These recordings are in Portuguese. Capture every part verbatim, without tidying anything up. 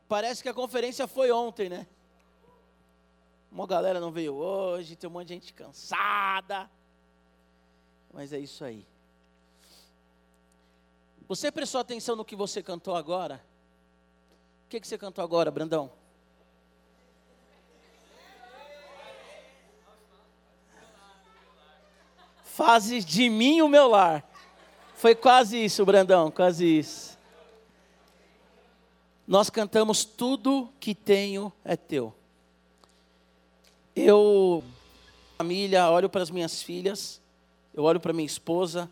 Parece que a conferência foi ontem, né? Uma galera não veio hoje, tem um monte de gente cansada. Mas é isso aí. Você prestou atenção no que você cantou agora? O que, que você cantou agora, Brandão? Fazes de mim o meu lar. Foi quase isso, Brandão, quase isso. Nós cantamos tudo que tenho é teu. Eu, família, olho para as minhas filhas, eu olho para minha esposa,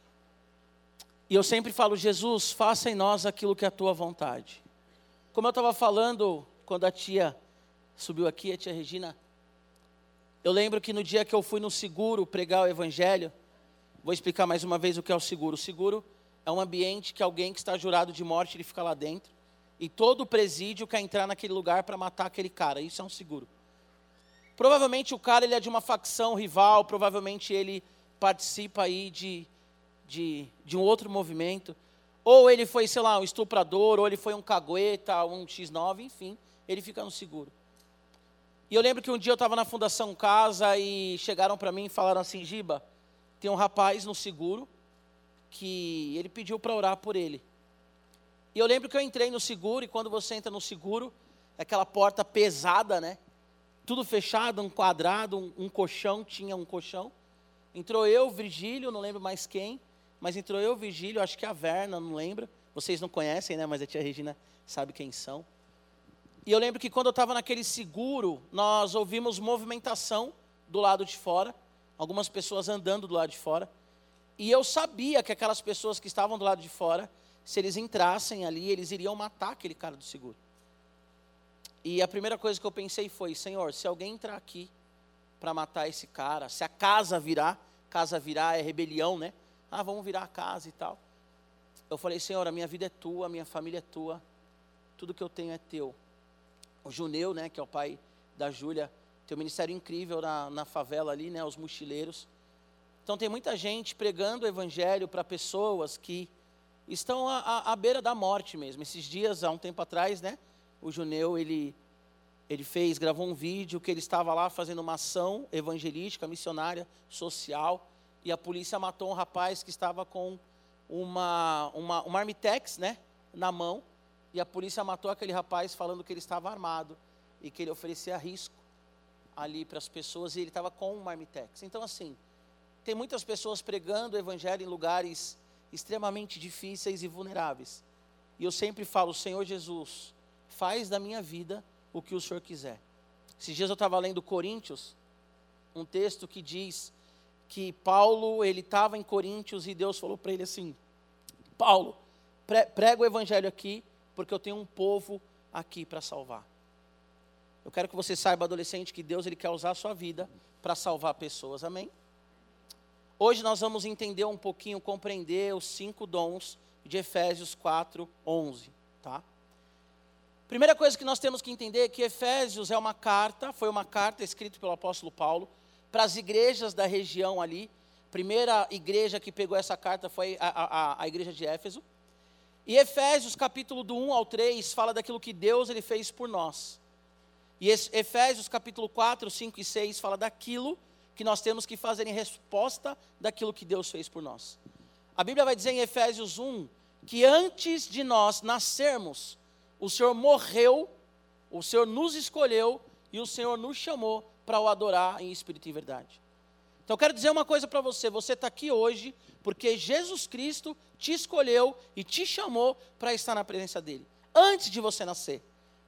e eu sempre falo, Jesus, faça em nós aquilo que é a tua vontade. Como eu estava falando, quando a tia subiu aqui, a tia Regina, eu lembro que no dia que eu fui no seguro pregar o evangelho, vou explicar mais uma vez o que é o seguro. O seguro é um ambiente que alguém que está jurado de morte, ele fica lá dentro, e todo o presídio quer entrar naquele lugar para matar aquele cara, isso é um seguro. Provavelmente o cara ele é de uma facção rival, provavelmente ele participa aí de, de, de um outro movimento, ou ele foi, sei lá, um estuprador, ou ele foi um cagueta, um xis nove, enfim, ele fica no seguro. E eu lembro que um dia eu estava na Fundação Casa e chegaram para mim e falaram assim, Giba, tem um rapaz no seguro que ele pediu para orar por ele. E eu lembro que eu entrei no seguro, e quando você entra no seguro, é aquela porta pesada, né? Tudo fechado, um quadrado, um, um colchão, tinha um colchão. Entrou eu, Virgílio, não lembro mais quem, mas entrou eu, Virgílio, acho que a Verna, não lembro. Vocês não conhecem, né? Mas a tia Regina sabe quem são. E eu lembro que quando eu estava naquele seguro, nós ouvimos movimentação do lado de fora, algumas pessoas andando do lado de fora. E eu sabia que aquelas pessoas que estavam do lado de fora, se eles entrassem ali, eles iriam matar aquele cara do seguro. E a primeira coisa que eu pensei foi, Senhor, se alguém entrar aqui para matar esse cara, se a casa virar, casa virar é rebelião, né? Ah, vamos virar a casa e tal. Eu falei, Senhor, a minha vida é tua, a minha família é tua, tudo que eu tenho é teu. O Juneu, né, que é o pai da Júlia, tem um ministério incrível na, na favela ali, né, os mochileiros. Então tem muita gente pregando o evangelho para pessoas que estão à, à, à beira da morte mesmo. Esses dias, há um tempo atrás, né, o Juneu, ele, ele fez, gravou um vídeo que ele estava lá fazendo uma ação evangelística, missionária, social, e a polícia matou um rapaz que estava com uma, uma, uma Armitex, né, na mão, e a polícia matou aquele rapaz falando que ele estava armado e que ele oferecia risco ali para as pessoas, e ele estava com uma Armitex. Então, assim, tem muitas pessoas pregando o evangelho em lugares extremamente difíceis e vulneráveis. E eu sempre falo, Senhor Jesus, faz da minha vida o que o Senhor quiser. Esses dias eu estava lendo Coríntios, um texto que diz que Paulo, ele estava em Coríntios e Deus falou para ele assim, Paulo, pre- prega o evangelho aqui, porque eu tenho um povo aqui para salvar. Eu quero que você saiba, adolescente, que Deus ele quer usar a sua vida para salvar pessoas, amém? Hoje nós vamos entender um pouquinho, compreender os cinco dons de Efésios quatro, onze, tá? Primeira coisa que nós temos que entender é que Efésios é uma carta, foi uma carta escrita pelo apóstolo Paulo, para as igrejas da região ali. Primeira igreja que pegou essa carta foi a, a, a igreja de Éfeso. E Efésios, capítulo do um ao três, fala daquilo que Deus ele fez por nós. E Efésios, capítulo quatro, cinco e seis, fala daquilo que nós temos que fazer em resposta daquilo que Deus fez por nós. A Bíblia vai dizer em Efésios um, que antes de nós nascermos, o Senhor morreu, o Senhor nos escolheu e o Senhor nos chamou para o adorar em espírito e em verdade. Então eu quero dizer uma coisa para você, você está aqui hoje porque Jesus Cristo te escolheu e te chamou para estar na presença dEle, antes de você nascer.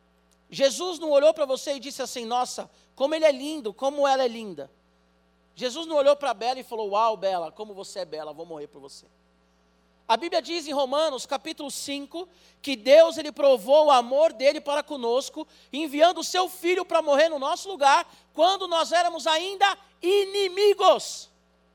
Jesus não olhou para você e disse assim, nossa, como ele é lindo, como ela é linda. Jesus não olhou para Bela e falou, uau, Bela, como você é bela, vou morrer por você. A Bíblia diz em Romanos, capítulo cinco, que Deus ele provou o amor dele para conosco, enviando o seu Filho para morrer no nosso lugar, quando nós éramos ainda inimigos.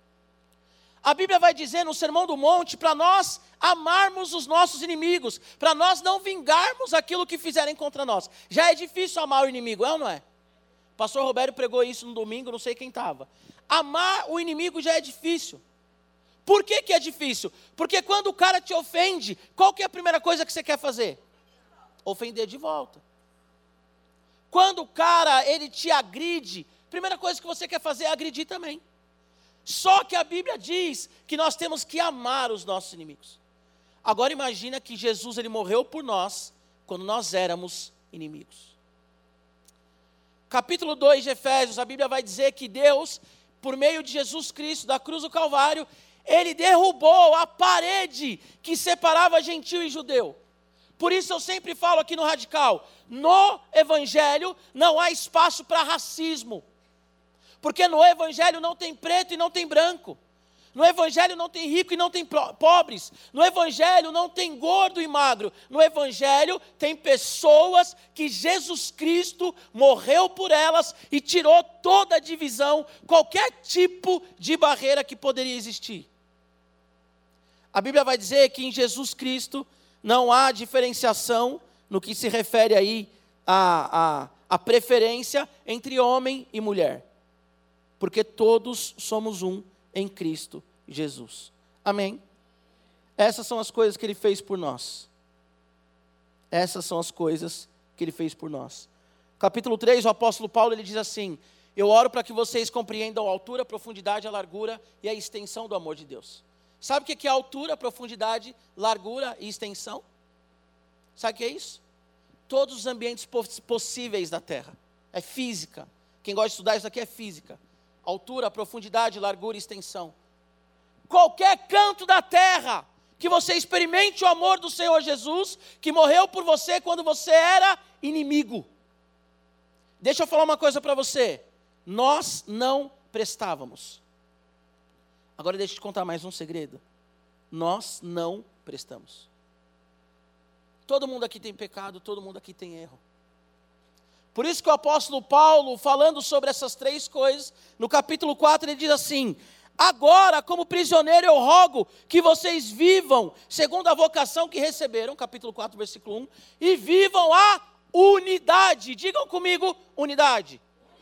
A Bíblia vai dizer no Sermão do Monte, para nós amarmos os nossos inimigos, para nós não vingarmos aquilo que fizerem contra nós. Já é difícil amar o inimigo, é ou não é? O pastor Roberto pregou isso no domingo, não sei quem estava. Amar o inimigo já é difícil. Por que que é difícil? Porque quando o cara te ofende, qual que é a primeira coisa que você quer fazer? ofender de volta. Quando o cara, ele te agride, a primeira coisa que você quer fazer é agredir também. Só que a Bíblia diz que nós temos que amar os nossos inimigos. Agora imagina que Jesus, ele morreu por nós, quando nós éramos inimigos. Capítulo dois de Efésios, a Bíblia vai dizer que Deus, por meio de Jesus Cristo, da cruz do Calvário, ele derrubou a parede que separava gentil e judeu. Por isso eu sempre falo aqui no Radical, no Evangelho não há espaço para racismo. Porque no Evangelho não tem preto e não tem branco. No Evangelho não tem rico e não tem pobres. No Evangelho não tem gordo e magro. No Evangelho tem pessoas que Jesus Cristo morreu por elas e tirou toda a divisão, qualquer tipo de barreira que poderia existir. A Bíblia vai dizer que em Jesus Cristo não há diferenciação no que se refere aí à, à, à preferência entre homem e mulher. Porque todos somos um em Cristo Jesus. Amém? Essas são as coisas que Ele fez por nós. Essas são as coisas que Ele fez por nós. Capítulo três, o apóstolo Paulo, ele diz assim: eu oro para que vocês compreendam a altura, a profundidade, a largura e a extensão do amor de Deus. Sabe o que é altura, profundidade, largura e extensão? Sabe o que é isso? Todos os ambientes possíveis da Terra. É física. Quem gosta de estudar isso aqui é física. Altura, profundidade, largura e extensão. Qualquer canto da terra que você experimente o amor do Senhor Jesus, que morreu por você quando você era inimigo. Deixa eu falar uma coisa para você. Nós não prestávamos. Agora deixa eu te contar mais um segredo. Nós não prestamos. Todo mundo aqui tem pecado, todo mundo aqui tem erro. Por isso que o apóstolo Paulo, falando sobre essas três coisas, no capítulo quatro, ele diz assim: agora, como prisioneiro, eu rogo que vocês vivam segundo a vocação que receberam, capítulo quatro, versículo um, e vivam a unidade. Digam comigo, unidade. Unidade.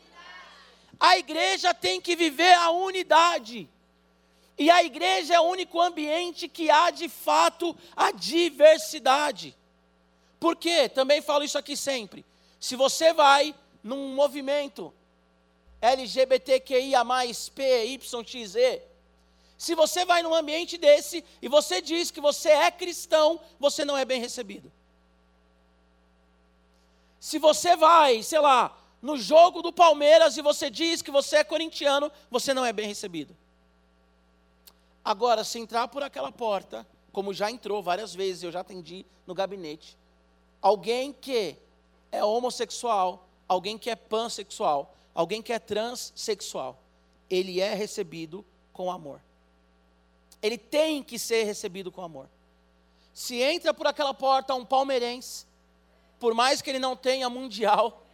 A igreja tem que viver a unidade. E a igreja é o único ambiente que há, de fato, a diversidade. Por quê? Também falo isso aqui sempre. Se você vai num movimento L G B T Q I A mais, P, Y, X, Z, se você vai num ambiente desse e você diz que você é cristão, você não é bem recebido. Se você vai, sei lá, no jogo do Palmeiras e você diz que você é corintiano, você não é bem recebido. Agora, se entrar por aquela porta, como já entrou várias vezes, eu já atendi no gabinete, alguém que é homossexual, alguém que é pansexual, alguém que é transexual, ele é recebido com amor. Ele tem que ser recebido com amor. Se entra por aquela porta um palmeirense, por mais que ele não tenha mundial,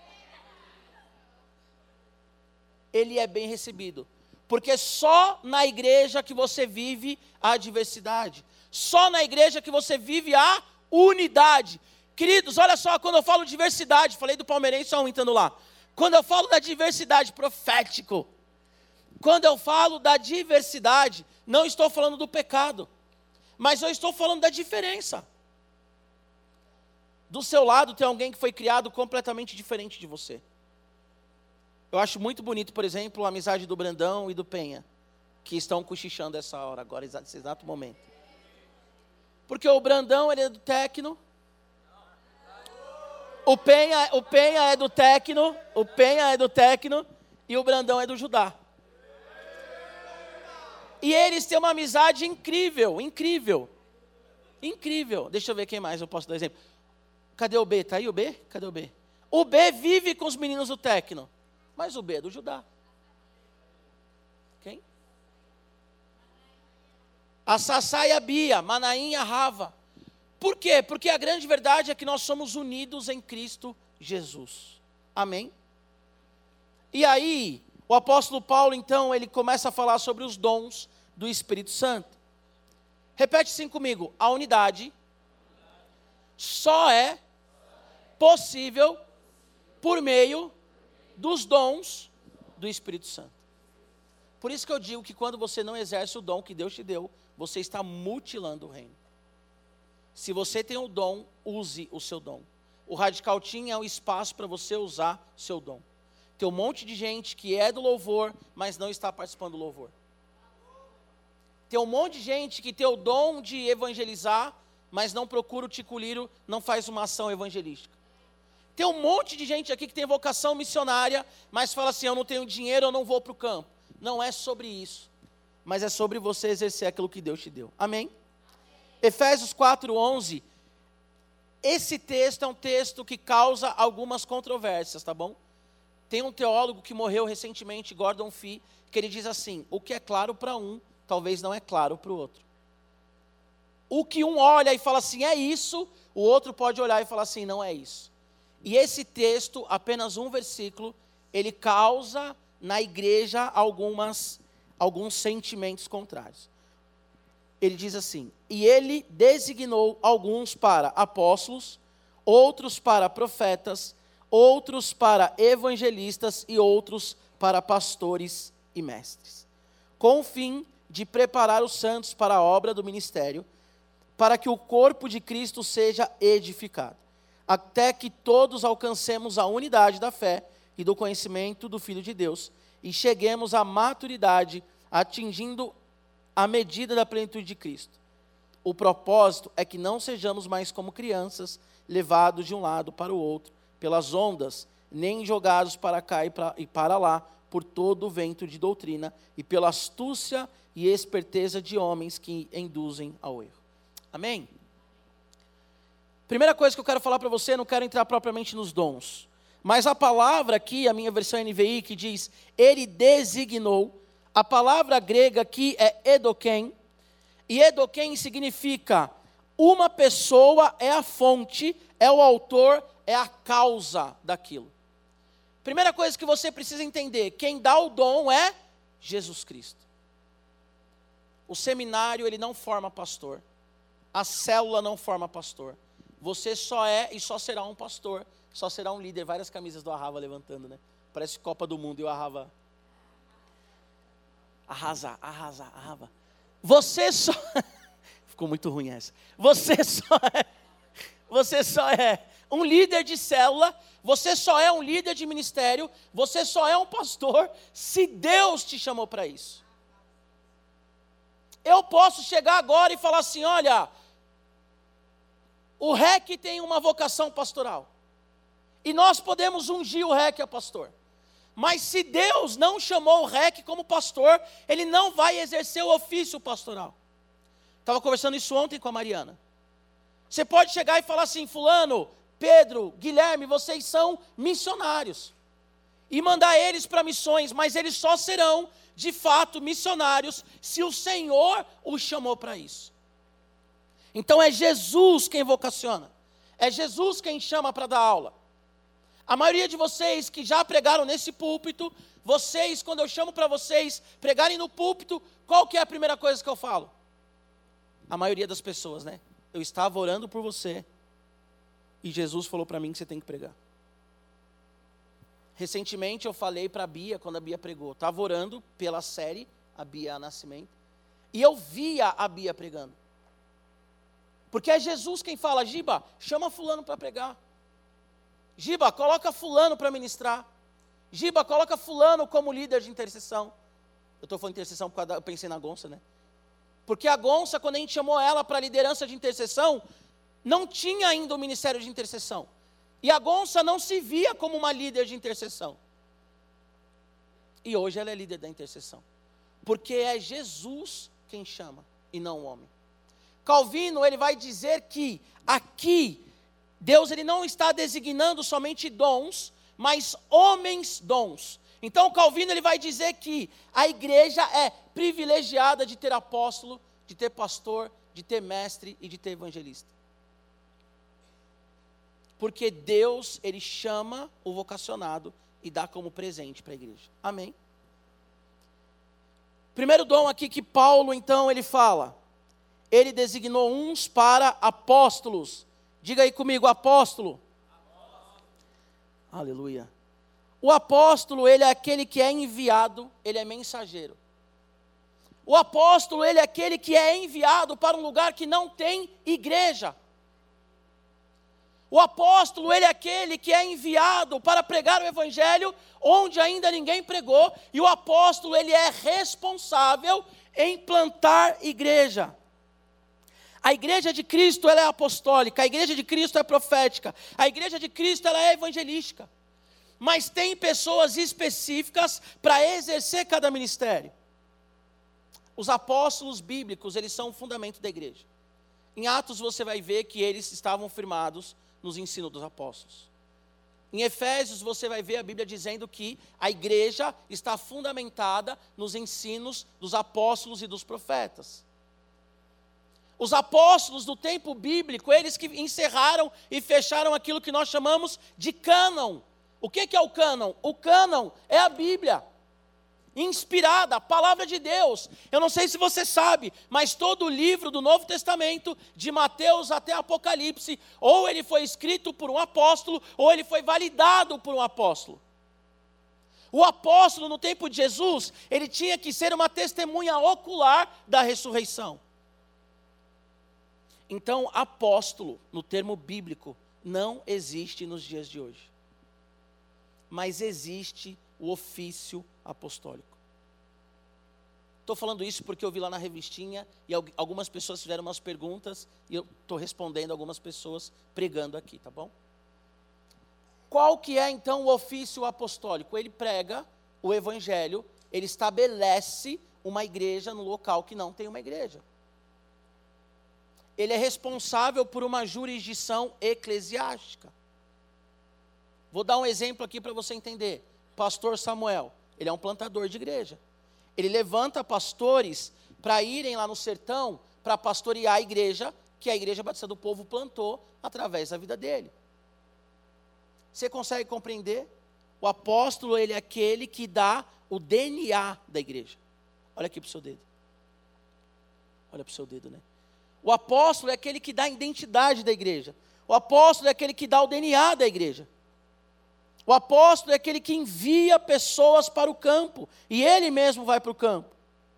ele é bem recebido. Porque só na igreja que você vive a diversidade. Só na igreja que você vive a unidade. Queridos, olha só, quando eu falo diversidade, falei do palmeirense, só um entrando lá. Quando eu falo da diversidade, profético. Quando eu falo da diversidade, não estou falando do pecado. Mas eu estou falando da diferença. Do seu lado tem alguém que foi criado completamente diferente de você. Eu acho muito bonito, por exemplo, a amizade do Brandão e do Penha, que estão cochichando essa hora agora, nesse exato momento. Porque o Brandão, ele é do Tecno. O Penha, o Penha é do Tecno, o Penha é do Tecno e o Brandão é do Judá. E eles têm uma amizade incrível, incrível, incrível. Deixa eu ver quem mais eu posso dar exemplo. Cadê o B? Está aí o B? Cadê o B? O B vive com os meninos do Tecno, mas o B é do Judá. Quem? A Sassá e a Bia, Manaim e a Rava. Por quê? Porque a grande verdade é que nós somos unidos em Cristo Jesus. Amém? E aí, o apóstolo Paulo, então, ele começa a falar sobre os dons do Espírito Santo. Repete assim comigo: a unidade só é possível por meio dos dons do Espírito Santo. Por isso que eu digo que quando você não exerce o dom que Deus te deu, você está mutilando o reino. Se você tem o dom, use o seu dom. O Radical Team é um espaço para você usar o seu dom. Tem um monte de gente que é do louvor, mas não está participando do louvor. Tem um monte de gente que tem o dom de evangelizar, mas não procura o ticuliro, não faz uma ação evangelística. Tem um monte de gente aqui que tem vocação missionária, mas fala assim, eu não tenho dinheiro, eu não vou para o campo. Não é sobre isso, mas é sobre você exercer aquilo que Deus te deu. Amém? Efésios quatro, onze, esse texto é um texto que causa algumas controvérsias, tá bom? Tem um teólogo que morreu recentemente, Gordon Fee, que ele diz assim, o que é claro para um, talvez não é claro para o outro. O que um olha e fala assim, é isso, o outro pode olhar e falar assim, não é isso. E esse texto, apenas um versículo, ele causa na igreja algumas, alguns sentimentos contrários. Ele diz assim, e ele designou alguns para apóstolos, outros para profetas, outros para evangelistas e outros para pastores e mestres, com o fim de preparar os santos para a obra do ministério, para que o corpo de Cristo seja edificado, até que todos alcancemos a unidade da fé e do conhecimento do Filho de Deus, e cheguemos à maturidade, atingindo a medida da plenitude de Cristo. O propósito é que não sejamos mais como crianças, levados de um lado para o outro, pelas ondas, nem jogados para cá e para, e para lá, por todo o vento de doutrina, e pela astúcia e esperteza de homens que induzem ao erro. Amém? Primeira coisa que eu quero falar para você, não quero entrar propriamente nos dons, mas a palavra aqui, a minha versão N V I, que diz, ele designou, a palavra grega aqui é edoquém, e edoquém significa uma pessoa é a fonte, é o autor, é a causa daquilo. Primeira coisa que você precisa entender, quem dá o dom é Jesus Cristo. O seminário, ele não forma pastor. A célula não forma pastor. Você só é e só será um pastor, só será um líder. Várias camisas do Arrava levantando, né? Parece Copa do Mundo e o Arrava... Arrasa, arrasa, arrava. Você só... Ficou muito ruim essa. Você só é... Você só é um líder de célula, você só é um líder de ministério, você só é um pastor se Deus te chamou para isso. Eu posso chegar agora e falar assim, olha, o R E C tem uma vocação pastoral, e nós podemos ungir o R E C a pastor, mas se Deus não chamou o R E C como pastor, ele não vai exercer o ofício pastoral. Estava conversando isso ontem com a Mariana. Você pode chegar e falar assim, fulano, Pedro, Guilherme, vocês são missionários, e mandar eles para missões, mas eles só serão, de fato, missionários, se o Senhor os chamou para isso. Então é Jesus quem vocaciona, é Jesus quem chama para dar aula. A maioria de vocês que já pregaram nesse púlpito, vocês, quando eu chamo para vocês pregarem no púlpito, qual que é a primeira coisa que eu falo? A maioria das pessoas, né? Eu estava orando por você, e Jesus falou para mim que você tem que pregar. Recentemente eu falei para a Bia, quando a Bia pregou, estava orando pela série, a Bia Nascimento, e eu via a Bia pregando. Porque é Jesus quem fala, Giba, chama fulano para pregar. Giba, coloca fulano para ministrar. Giba, coloca fulano como líder de intercessão. Eu estou falando de intercessão porque eu pensei na Gonça, né? Porque a Gonça, quando a gente chamou ela para a liderança de intercessão, não tinha ainda o ministério de intercessão. E a Gonça não se via como uma líder de intercessão. E hoje ela é líder da intercessão. Porque é Jesus quem chama, e não o homem. Calvino, ele vai dizer que aqui, Deus ele não está designando somente dons, mas homens dons. Então Calvino ele vai dizer que a igreja é privilegiada de ter apóstolo, de ter pastor, de ter mestre e de ter evangelista. Porque Deus, ele chama o vocacionado e dá como presente para a igreja. Amém? Primeiro dom aqui que Paulo, então, ele fala. Ele designou uns para apóstolos. Diga aí comigo, apóstolo. Apóstolo. Aleluia. O apóstolo, ele é aquele que é enviado, ele é mensageiro. O apóstolo, ele é aquele que é enviado para um lugar que não tem igreja. O apóstolo, ele é aquele que é enviado para pregar o evangelho onde ainda ninguém pregou, e o apóstolo, ele é responsável em plantar igreja. A igreja de Cristo, ela é apostólica, a igreja de Cristo é profética, a igreja de Cristo, ela é evangelística. Mas tem pessoas específicas para exercer cada ministério. Os apóstolos bíblicos, eles são o fundamento da igreja. Em Atos você vai ver que eles estavam firmados nos ensinos dos apóstolos. Em Efésios você vai ver a Bíblia dizendo que a igreja está fundamentada nos ensinos dos apóstolos e dos profetas. Os apóstolos do tempo bíblico, eles que encerraram e fecharam aquilo que nós chamamos de cânon. O que é o cânon? O cânon é a Bíblia, inspirada, a palavra de Deus. Eu não sei se você sabe, mas todo o livro do Novo Testamento, de Mateus até Apocalipse, ou ele foi escrito por um apóstolo, ou ele foi validado por um apóstolo. O apóstolo, no tempo de Jesus, ele tinha que ser uma testemunha ocular da ressurreição. Então, apóstolo, no termo bíblico, não existe nos dias de hoje. Mas existe o ofício apostólico. Estou falando isso porque eu vi lá na revistinha e algumas pessoas fizeram umas perguntas e eu estou respondendo algumas pessoas pregando aqui, tá bom? Qual que é então o ofício apostólico? Ele prega o evangelho, ele estabelece uma igreja no local que não tem uma igreja. Ele é responsável por uma jurisdição eclesiástica. Vou dar um exemplo aqui para você entender. Pastor Samuel, ele é um plantador de igreja. Ele levanta pastores para irem lá no sertão, para pastorear a igreja, que a Igreja Batista do Povo plantou através da vida dele. Você consegue compreender? O apóstolo, ele é aquele que dá o D N A da igreja. Olha aqui para o seu dedo. Olha para o seu dedo, né? O apóstolo é aquele que dá a identidade da igreja. O apóstolo é aquele que dá o D N A da igreja. O apóstolo é aquele que envia pessoas para o campo, e ele mesmo vai para o campo.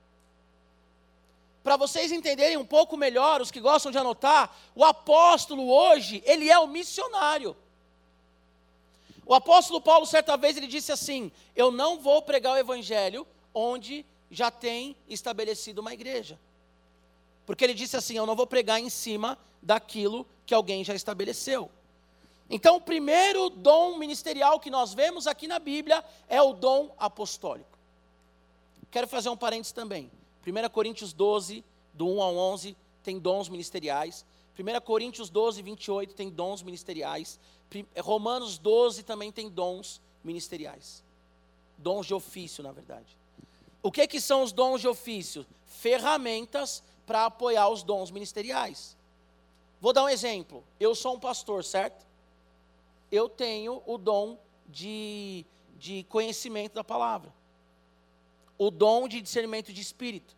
Para vocês entenderem um pouco melhor, os que gostam de anotar, o apóstolo hoje, ele é o missionário. O apóstolo Paulo, certa vez, ele disse assim: eu não vou pregar o evangelho onde já tem estabelecido uma igreja. Porque ele disse assim: eu não vou pregar em cima daquilo que alguém já estabeleceu. Então, o primeiro dom ministerial que nós vemos aqui na Bíblia é o dom apostólico. Quero fazer um parênteses também. primeira Coríntios doze, do um ao onze, tem dons ministeriais. primeira Coríntios doze, vinte e oito, tem dons ministeriais. Romanos doze também tem dons ministeriais. Dons de ofício, na verdade. O que, que são os dons de ofício? Ferramentas para apoiar os dons ministeriais. Vou dar um exemplo. Eu sou um pastor, certo? Eu tenho o dom de, de conhecimento da palavra, o dom de discernimento de espírito,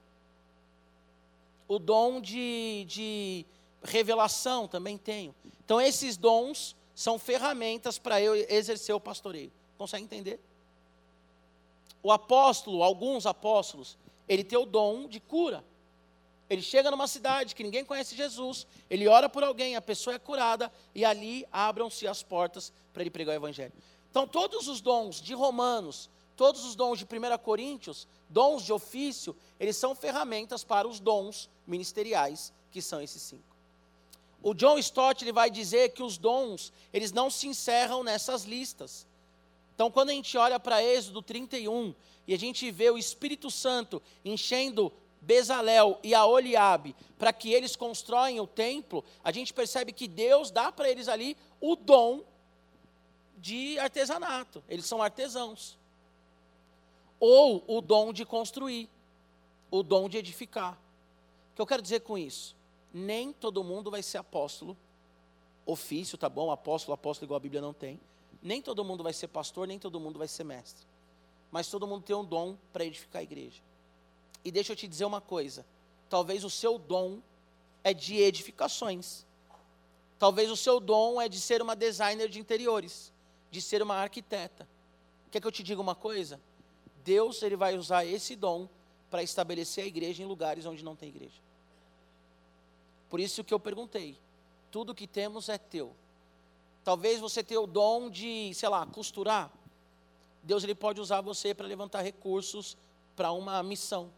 o dom de, de revelação também tenho. Então esses dons são ferramentas para eu exercer o pastoreio. Consegue entender? O apóstolo, alguns apóstolos, ele tem o dom de cura. Ele chega numa cidade que ninguém conhece Jesus, ele ora por alguém, a pessoa é curada, e ali abram-se as portas para ele pregar o evangelho. Então todos os dons de Romanos, todos os dons de primeira Coríntios, dons de ofício, eles são ferramentas para os dons ministeriais, que são esses cinco. O John Stott, ele vai dizer que os dons, eles não se encerram nessas listas. Então quando a gente olha para Êxodo trinta e um, e a gente vê o Espírito Santo enchendo Bezalel e Aholiabe, para que eles constroem o templo, a gente percebe que Deus dá para eles ali o dom de artesanato, eles são artesãos. Ou o dom de construir, o dom de edificar. O que eu quero dizer com isso? Nem todo mundo vai ser apóstolo, ofício, tá bom, apóstolo, apóstolo igual a Bíblia não tem. Nem todo mundo vai ser pastor, nem todo mundo vai ser mestre. Mas todo mundo tem um dom para edificar a igreja. E deixa eu te dizer uma coisa, talvez o seu dom é de edificações, talvez o seu dom é de ser uma designer de interiores, de ser uma arquiteta. Quer que eu te diga uma coisa? Deus, ele vai usar esse dom para estabelecer a igreja em lugares onde não tem igreja. Por isso que eu perguntei, tudo que temos é teu, Talvez você tenha o dom de, sei lá, costurar. Deus ele pode usar você para levantar recursos para uma missão.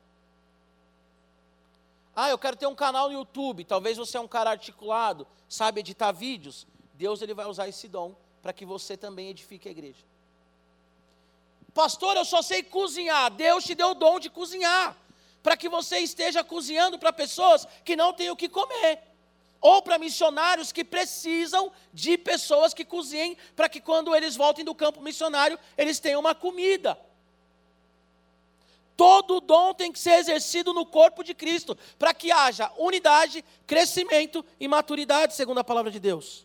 Ah, eu quero ter um canal no YouTube. Talvez você é um cara articulado, sabe editar vídeos. Deus ele vai usar esse dom para que você também edifique a igreja. Pastor, eu só sei cozinhar. Deus te deu o dom de cozinhar, para que você esteja cozinhando para pessoas que não têm o que comer. Ou para missionários que precisam de pessoas que cozinhem, para que quando eles voltem do campo missionário, eles tenham uma comida. Todo dom tem que ser exercido no corpo de Cristo, para que haja unidade, crescimento e maturidade, segundo a palavra de Deus.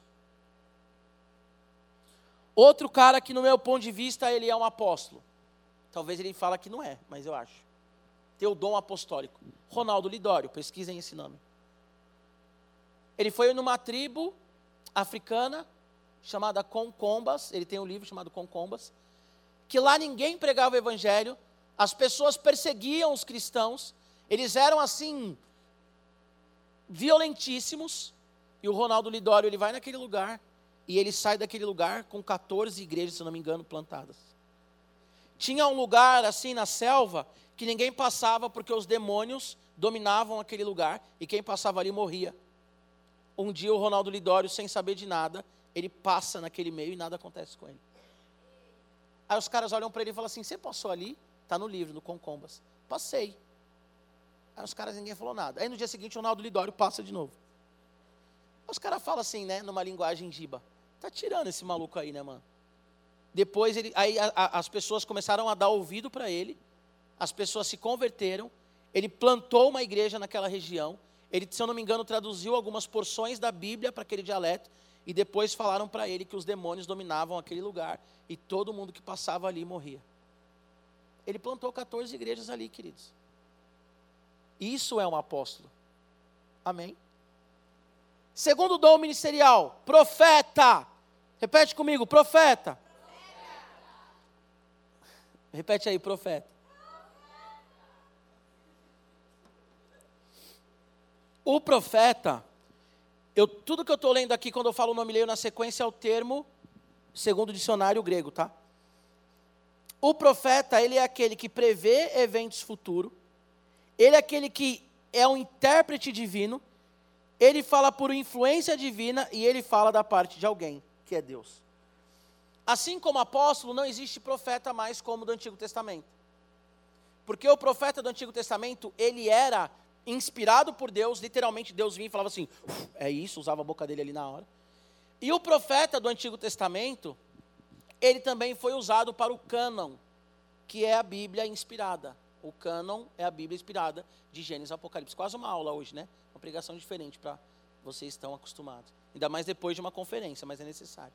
Outro cara que, no meu ponto de vista, ele é um apóstolo. Talvez ele fale que não é, mas eu acho. Tem o dom apostólico. Ronaldo Lidório, pesquisem esse nome. Ele foi numa tribo africana, chamada Concombas, ele tem um livro chamado Concombas, que lá ninguém pregava o evangelho, as pessoas perseguiam os cristãos, eles eram assim, violentíssimos, e o Ronaldo Lidório, ele vai naquele lugar, e ele sai daquele lugar com quatorze igrejas, se não me engano, plantadas. Tinha um lugar assim na selva, que ninguém passava, porque os demônios dominavam aquele lugar, e quem passava ali morria. Um dia o Ronaldo Lidório, sem saber de nada, ele passa naquele meio e nada acontece com ele. Aí os caras olham para ele e falam assim, você passou ali? Está no livro, no Concombas. Passei. Aí os caras, ninguém falou nada. Aí no dia seguinte o Ronaldo Lidório passa de novo. Aí os caras falam assim, né, numa linguagem giba, tá tirando esse maluco aí, né, mano? Depois, ele, aí a, a, as pessoas começaram a dar ouvido para ele, as pessoas se converteram, ele plantou uma igreja naquela região, ele, se eu não me engano, traduziu algumas porções da Bíblia para aquele dialeto, e depois falaram para ele que os demônios dominavam aquele lugar, e todo mundo que passava ali morria. Ele plantou quatorze igrejas ali, queridos. Isso é um apóstolo. Amém? Segundo dom ministerial, profeta. Repete comigo, profeta. Profeta. Repete aí, profeta. O profeta, eu, tudo que eu estou lendo aqui, quando eu falo o nome leio na sequência, é o termo, segundo o dicionário grego, tá? O profeta, ele é aquele que prevê eventos futuros, ele é aquele que é um intérprete divino, ele fala por influência divina e ele fala da parte de alguém, que é Deus. Assim como apóstolo, não existe profeta mais como o do Antigo Testamento. Porque o profeta do Antigo Testamento, ele era inspirado por Deus, literalmente Deus vinha e falava assim, é isso, usava a boca dele ali na hora. E o profeta do Antigo Testamento, ele também foi usado para o cânon, que é a Bíblia inspirada. O cânon é a Bíblia inspirada de Gênesis e Apocalipse. Quase uma aula hoje, né? Uma pregação diferente para vocês estão acostumados. Ainda mais depois de uma conferência, mas é necessário.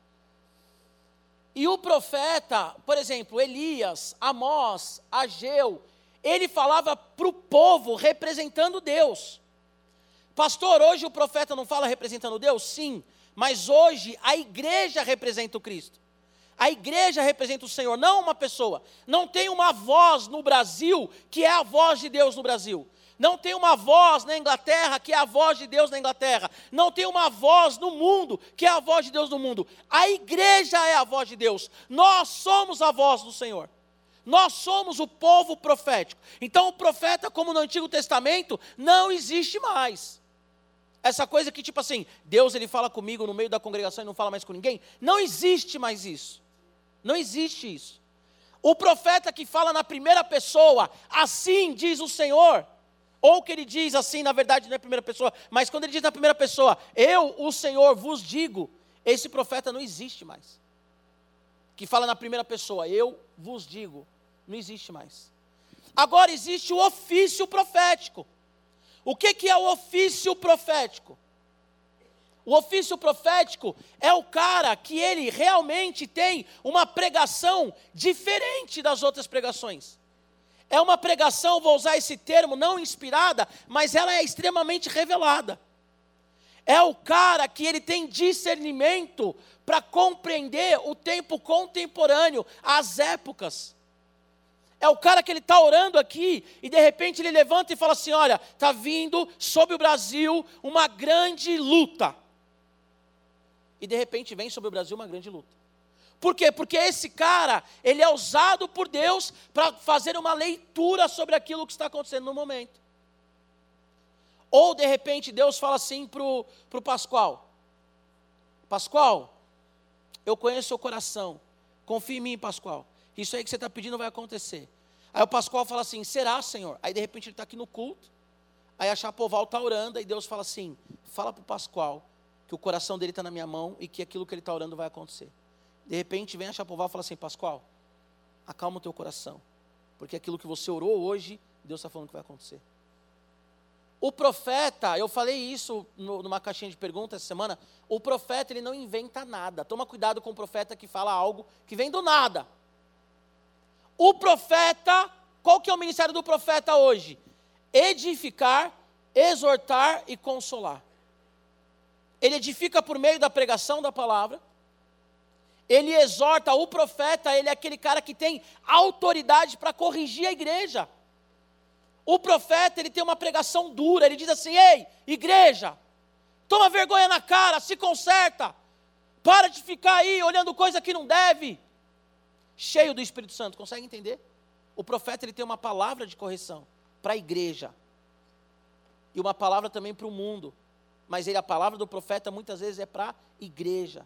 E o profeta, por exemplo, Elias, Amós, Ageu, ele falava para o povo representando Deus. Pastor, hoje o profeta não fala representando Deus? Sim, mas hoje a igreja representa o Cristo. A igreja representa o Senhor, não uma pessoa. Não tem uma voz no Brasil que é a voz de Deus no Brasil. Não tem uma voz na Inglaterra que é a voz de Deus na Inglaterra. Não tem uma voz no mundo que é a voz de Deus no mundo. A igreja é a voz de Deus. Nós somos a voz do Senhor. Nós somos o povo profético. Então o profeta, como no Antigo Testamento, não existe mais. Essa coisa que tipo assim, Deus ele fala comigo no meio da congregação e não fala mais com ninguém. Não existe mais isso. Não existe isso. O profeta que fala na primeira pessoa, assim diz o Senhor, ou que ele diz assim, na verdade não é primeira pessoa, mas quando ele diz na primeira pessoa, eu, o Senhor, vos digo, esse profeta não existe mais. Que fala na primeira pessoa, eu vos digo, não existe mais. Agora existe o ofício profético. O que, que é o ofício profético? O ofício profético é o cara que ele realmente tem uma pregação diferente das outras pregações. É uma pregação, vou usar esse termo, não inspirada, mas ela é extremamente revelada. É o cara que ele tem discernimento para compreender o tempo contemporâneo, as épocas. É o cara que ele está orando aqui e de repente ele levanta e fala assim, olha, está vindo sobre o Brasil uma grande luta. e de repente vem sobre o Brasil uma grande luta. Por quê? Porque esse cara, ele é usado por Deus para fazer uma leitura sobre aquilo que está acontecendo no momento. Ou, de repente, Deus fala assim para o Pascoal: Pascoal, eu conheço o seu coração, confia em mim, Pascoal, isso aí que você está pedindo vai acontecer. Aí o Pascoal fala assim: será, Senhor? Aí, de repente, ele está aqui no culto, aí a Chapoval está orando, e Deus fala assim: fala para o Pascoal que o coração dele está na minha mão e que aquilo que ele está orando vai acontecer. De repente vem a Chapoval e fala assim: Pascoal, acalma o teu coração, porque aquilo que você orou hoje, Deus está falando que vai acontecer. O profeta, eu falei isso no, numa caixinha de perguntas essa semana, o profeta ele não inventa nada. Toma cuidado com o profeta que fala algo que vem do nada. O profeta, qual que é o ministério do profeta hoje? Edificar, exortar e consolar. Ele edifica por meio da pregação da palavra. Ele exorta, o profeta, ele é aquele cara que tem autoridade para corrigir a igreja. O profeta, ele tem uma pregação dura, ele diz assim: ei, igreja, toma vergonha na cara, se conserta, para de ficar aí olhando coisa que não deve. Cheio do Espírito Santo, consegue entender? O profeta, ele tem uma palavra de correção para a igreja, e uma palavra também para o mundo, mas ele, a palavra do profeta muitas vezes é para a igreja.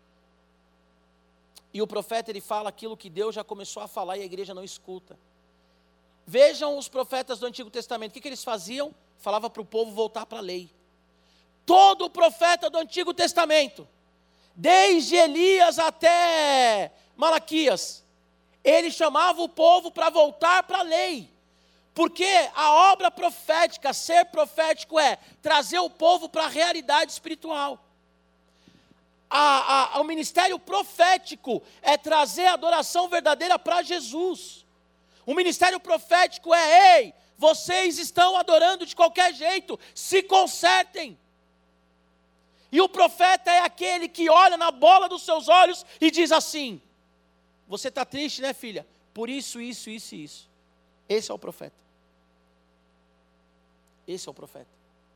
E o profeta, ele fala aquilo que Deus já começou a falar e a igreja não escuta. Vejam os profetas do Antigo Testamento, o que, que eles faziam? Falava para o povo voltar para a lei. Todo profeta do Antigo Testamento, desde Elias até Malaquias, ele chamava o povo para voltar para a lei. Porque a obra profética, ser profético é trazer o povo para a realidade espiritual. A, a, o ministério profético é trazer a adoração verdadeira para Jesus. O ministério profético é: ei, vocês estão adorando de qualquer jeito, se consertem. E o profeta é aquele que olha na bola dos seus olhos e diz assim: você está triste, né, filha? Por isso, isso, isso e isso. Esse é o profeta. Esse é o profeta.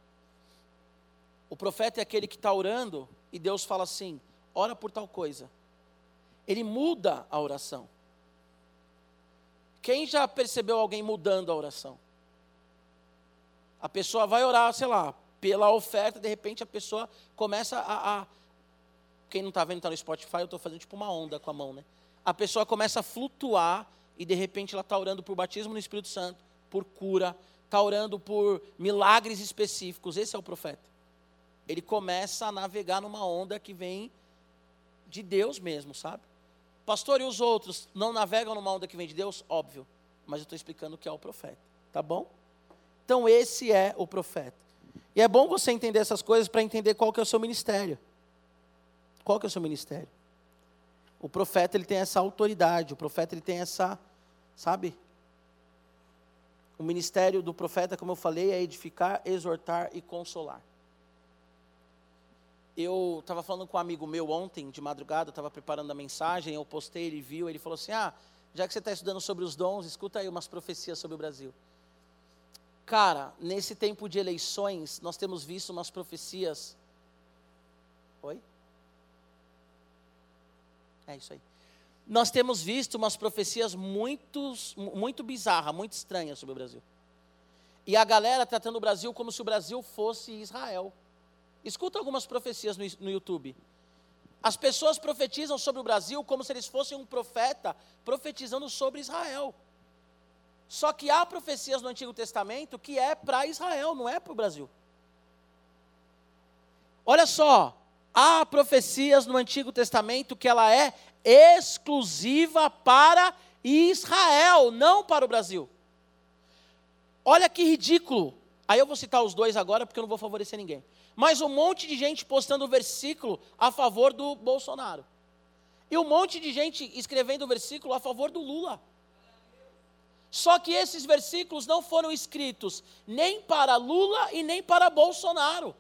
O profeta é aquele que está orando e Deus fala assim: ora por tal coisa. Ele muda a oração. Quem já percebeu alguém mudando a oração? A pessoa vai orar, sei lá, pela oferta, de repente a pessoa começa a... a quem não está vendo, está no Spotify, eu estou fazendo tipo uma onda com a mão, né? A pessoa começa a flutuar e de repente ela está orando por batismo no Espírito Santo, por cura, está orando por milagres específicos. Esse é o profeta. Ele começa a navegar numa onda que vem de Deus mesmo, sabe? Pastor, e os outros não navegam numa onda que vem de Deus? Óbvio, mas eu estou explicando o que é o profeta, tá bom? Então esse é o profeta. E é bom você entender essas coisas para entender qual que é o seu ministério. Qual que é o seu ministério? O profeta, ele tem essa autoridade, o profeta, ele tem essa, sabe? O ministério do profeta, como eu falei, é edificar, exortar e consolar. Eu estava falando com um amigo meu ontem, de madrugada, eu estava preparando a mensagem, eu postei, ele viu, ele falou assim: ah, já que você está estudando sobre os dons, escuta aí umas profecias sobre o Brasil. Cara, nesse tempo de eleições, nós temos visto umas profecias... Oi? É isso aí. Nós temos visto umas profecias muito, muito bizarras, muito estranhas sobre o Brasil. E a galera tratando o Brasil como se o Brasil fosse Israel. Escuta algumas profecias no, no YouTube. As pessoas profetizam sobre o Brasil como se eles fossem um profeta profetizando sobre Israel. Só que há profecias no Antigo Testamento que é para Israel, não é para o Brasil. Olha só, há profecias no Antigo Testamento que ela é exclusiva para Israel, não para o Brasil. Olha que ridículo. Aí eu vou citar os dois agora porque eu não vou favorecer ninguém. Mas um monte de gente postando o versículo a favor do Bolsonaro. E um monte de gente escrevendo o versículo a favor do Lula. Só que esses versículos não foram escritos nem para Lula e nem para Bolsonaro.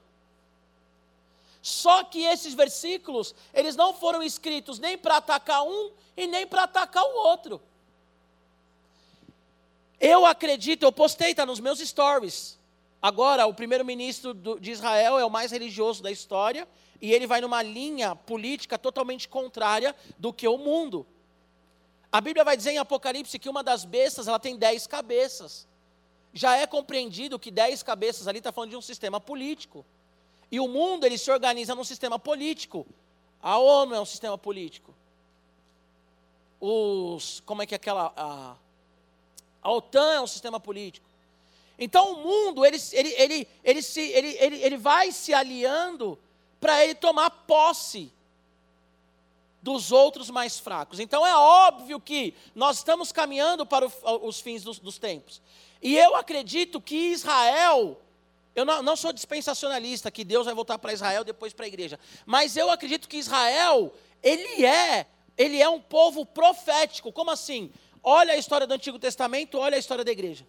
Só que esses versículos, eles não foram escritos nem para atacar um e nem para atacar o outro. Eu acredito, eu postei, está nos meus stories. Agora, o primeiro-ministro de Israel é o mais religioso da história, e ele vai numa linha política totalmente contrária do que o mundo. A Bíblia vai dizer em Apocalipse que uma das bestas, ela tem dez cabeças. Já é compreendido que dez cabeças ali está falando de um sistema político. E o mundo, ele se organiza num sistema político. A ONU é um sistema político. Os, como é que é aquela... A, a OTAN é um sistema político. Então o mundo, ele, ele, ele, ele, se, ele, ele, ele vai se aliando para ele tomar posse dos outros mais fracos. Então é óbvio que nós estamos caminhando para o, os fins dos, dos tempos. E eu acredito que Israel, eu não, não sou dispensacionalista, que Deus vai voltar para Israel, depois para a igreja. Mas eu acredito que Israel, ele é, ele é um povo profético. Como assim? Olha a história do Antigo Testamento, olha a história da igreja.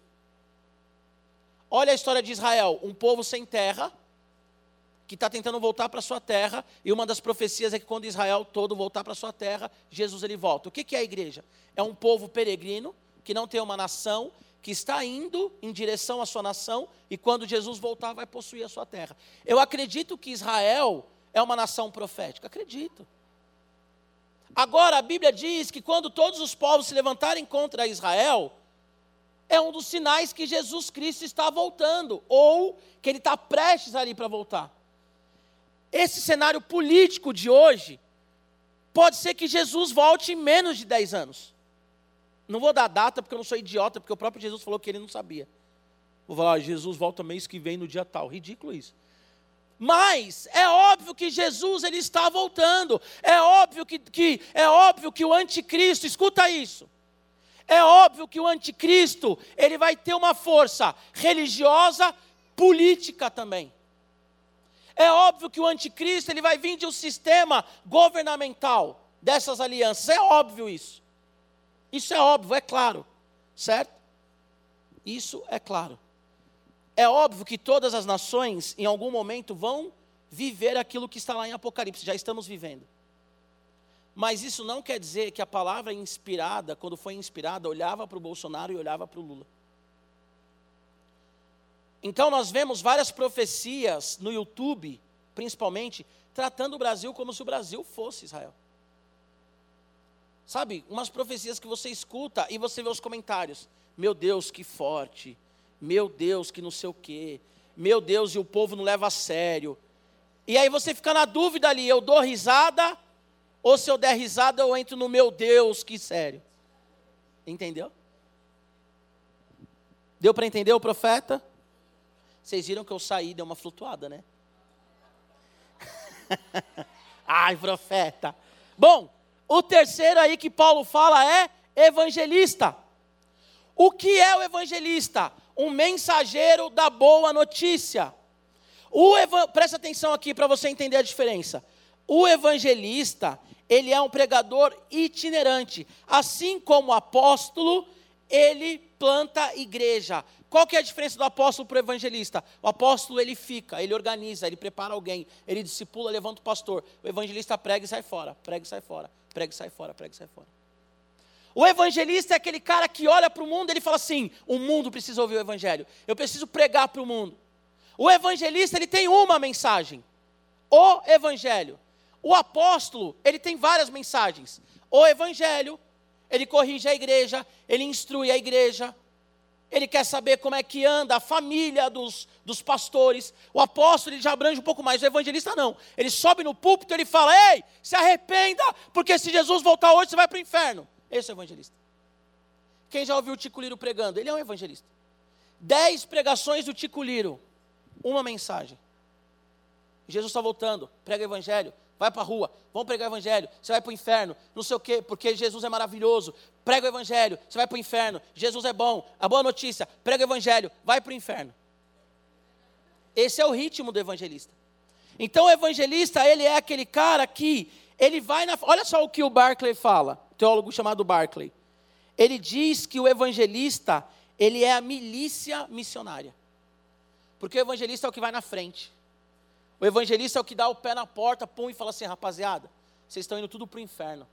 Olha a história de Israel, um povo sem terra, que está tentando voltar para a sua terra, e uma das profecias é que quando Israel todo voltar para a sua terra, Jesus ele volta. O que, que é a igreja? É um povo peregrino, que não tem uma nação, que está indo em direção à sua nação, e quando Jesus voltar vai possuir a sua terra. Eu acredito que Israel é uma nação profética, acredito. Agora a Bíblia diz que quando todos os povos se levantarem contra Israel, é um dos sinais que Jesus Cristo está voltando, ou que ele está prestes ali para voltar. Esse cenário político de hoje, pode ser que Jesus volte em menos de dez anos. Não vou dar data, porque eu não sou idiota, porque o próprio Jesus falou que ele não sabia. Vou falar, Jesus volta mês que vem no dia tal. Ridículo isso. Mas é óbvio que Jesus ele está voltando. É óbvio que, que, é óbvio que o anticristo, escuta isso. É óbvio que o anticristo, ele vai ter uma força religiosa, política também. É óbvio que o anticristo, ele vai vir de um sistema governamental dessas alianças. É óbvio isso. Isso é óbvio, é claro. Certo? Isso é claro. É óbvio que todas as nações, em algum momento, vão viver aquilo que está lá em Apocalipse. Já estamos vivendo. Mas isso não quer dizer que a palavra inspirada, quando foi inspirada, olhava para o Bolsonaro e olhava para o Lula. Então nós vemos várias profecias no YouTube, principalmente, tratando o Brasil como se o Brasil fosse Israel. Sabe, umas profecias que você escuta e você vê os comentários. Meu Deus, que forte. Meu Deus, que não sei o quê. Meu Deus, e o povo não leva a sério. E aí você fica na dúvida ali, eu dou risada... Ou se eu der risada, eu entro no meu Deus, que sério. Entendeu? Deu para entender o profeta? Vocês viram que eu saí, deu uma flutuada, né? Ai, profeta. Bom, o terceiro aí que Paulo fala é evangelista. O que é o evangelista? Um mensageiro da boa notícia. O eva... Presta atenção aqui para você entender a diferença. O evangelista, ele é um pregador itinerante. Assim como o apóstolo, ele planta igreja. Qual que é a diferença do apóstolo para o evangelista? O apóstolo, ele fica, ele organiza, ele prepara alguém, ele discipula, levanta o pastor. O evangelista prega e sai fora, prega e sai fora, prega e sai fora, prega e sai fora. O evangelista é aquele cara que olha para o mundo, ele fala assim, o mundo precisa ouvir o evangelho. Eu preciso pregar para o mundo. O evangelista, ele tem uma mensagem, o evangelho. O apóstolo, ele tem várias mensagens. O evangelho, ele corrige a igreja, ele instrui a igreja, ele quer saber como é que anda a família dos, dos pastores. O apóstolo, ele já abrange um pouco mais, o evangelista não. Ele sobe no púlpito e ele fala, ei, se arrependa, porque se Jesus voltar hoje, você vai para o inferno. Esse é o evangelista. Quem já ouviu o Tico Liro pregando? Ele é um evangelista. Dez pregações do Tico Liro, uma mensagem. Jesus está voltando, prega o evangelho. Vai para a rua, vamos pregar o evangelho, você vai para o inferno, não sei o quê, porque Jesus é maravilhoso, prega o evangelho, você vai para o inferno, Jesus é bom, a boa notícia, prega o evangelho, vai para o inferno. Esse é o ritmo do evangelista. Então o evangelista, ele é aquele cara que, ele vai na... Olha só o que o Barclay fala, teólogo chamado Barclay. Ele diz que o evangelista, ele é a milícia missionária. Porque o evangelista é o que vai na frente. O evangelista é o que dá o pé na porta, pum, e fala assim, rapaziada, vocês estão indo tudo para o inferno.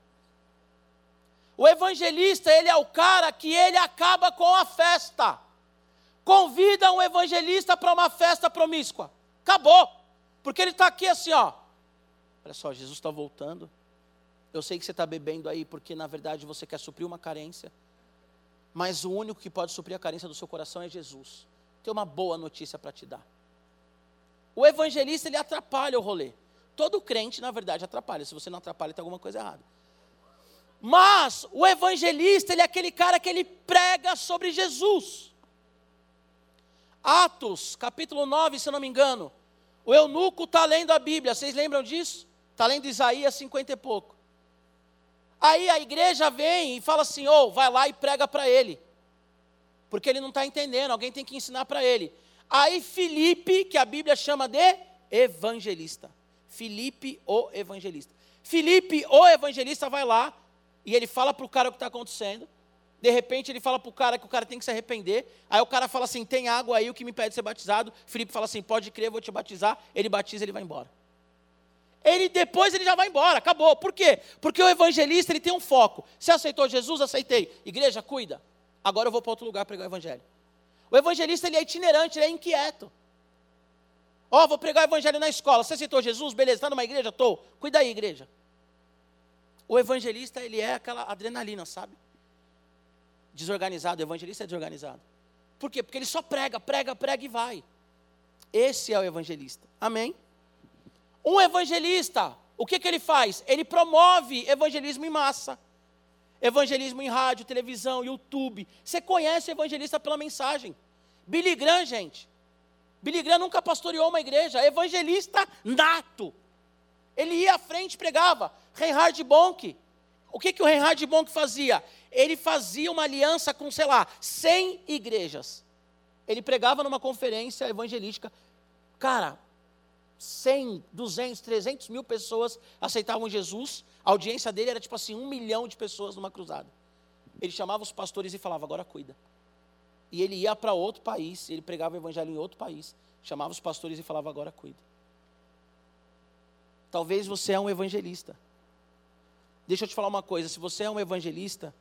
O evangelista, ele é o cara que ele acaba com a festa. convida um evangelista para uma festa promíscua. Acabou. Porque ele está aqui assim, ó. Olha só, Jesus está voltando. Eu sei que você está bebendo aí porque na verdade você quer suprir uma carência. Mas o único que pode suprir a carência do seu coração é Jesus. Tem uma boa notícia para te dar. O evangelista, ele atrapalha o rolê. Todo crente, na verdade, atrapalha. Se você não atrapalha, tem alguma coisa errada. Mas o evangelista, ele é aquele cara que ele prega sobre Jesus. Atos, capítulo nove, se eu não me engano. O eunuco está lendo a Bíblia. Vocês lembram disso? Está lendo Isaías cinquenta e pouco. Aí a igreja vem e fala assim, ô, oh, vai lá e prega para ele. Porque ele não está entendendo, alguém tem que ensinar para ele. Aí Filipe, que a Bíblia chama de evangelista. Filipe, o evangelista. Filipe, o evangelista, vai lá e ele fala para o cara o que está acontecendo. De repente ele fala para o cara que o cara tem que se arrepender. Aí o cara fala assim, tem água aí, o que me impede de ser batizado. Filipe fala assim, pode crer, eu vou te batizar. Ele batiza, ele vai embora. Ele depois ele já vai embora, acabou. Por quê? Porque o evangelista ele tem um foco. Você aceitou Jesus? Aceitei. Igreja, cuida. Agora eu vou para outro lugar pregar o evangelho. O evangelista ele é itinerante, ele é inquieto. Ó, oh, vou pregar o evangelho na escola. Você aceitou Jesus? Beleza, está numa igreja? Estou. Cuida aí, igreja. O evangelista ele é aquela adrenalina, sabe? Desorganizado, o evangelista é desorganizado. Por quê? Porque ele só prega, prega, prega e vai. Esse é o evangelista. Amém? Um evangelista, o que, que ele faz? Ele promove evangelismo em massa. Evangelismo em rádio, televisão, YouTube. Você conhece o evangelista pela mensagem. Billy Graham, gente. Billy Graham nunca pastoreou uma igreja. Evangelista nato. Ele ia à frente e pregava. Reinhard Bonk. O que, que o Reinhard Bonk fazia? Ele fazia uma aliança com, sei lá, cem igrejas. Ele pregava numa conferência evangelística. Cara, cem, duzentos, trezentos mil pessoas aceitavam Jesus. A audiência dele era tipo assim, um milhão de pessoas numa cruzada. Ele chamava os pastores e falava, agora cuida. E ele ia para outro país, ele pregava o evangelho em outro país. Chamava os pastores e falava, agora cuida. Talvez você é um evangelista. Deixa eu te falar uma coisa, se você é um evangelista,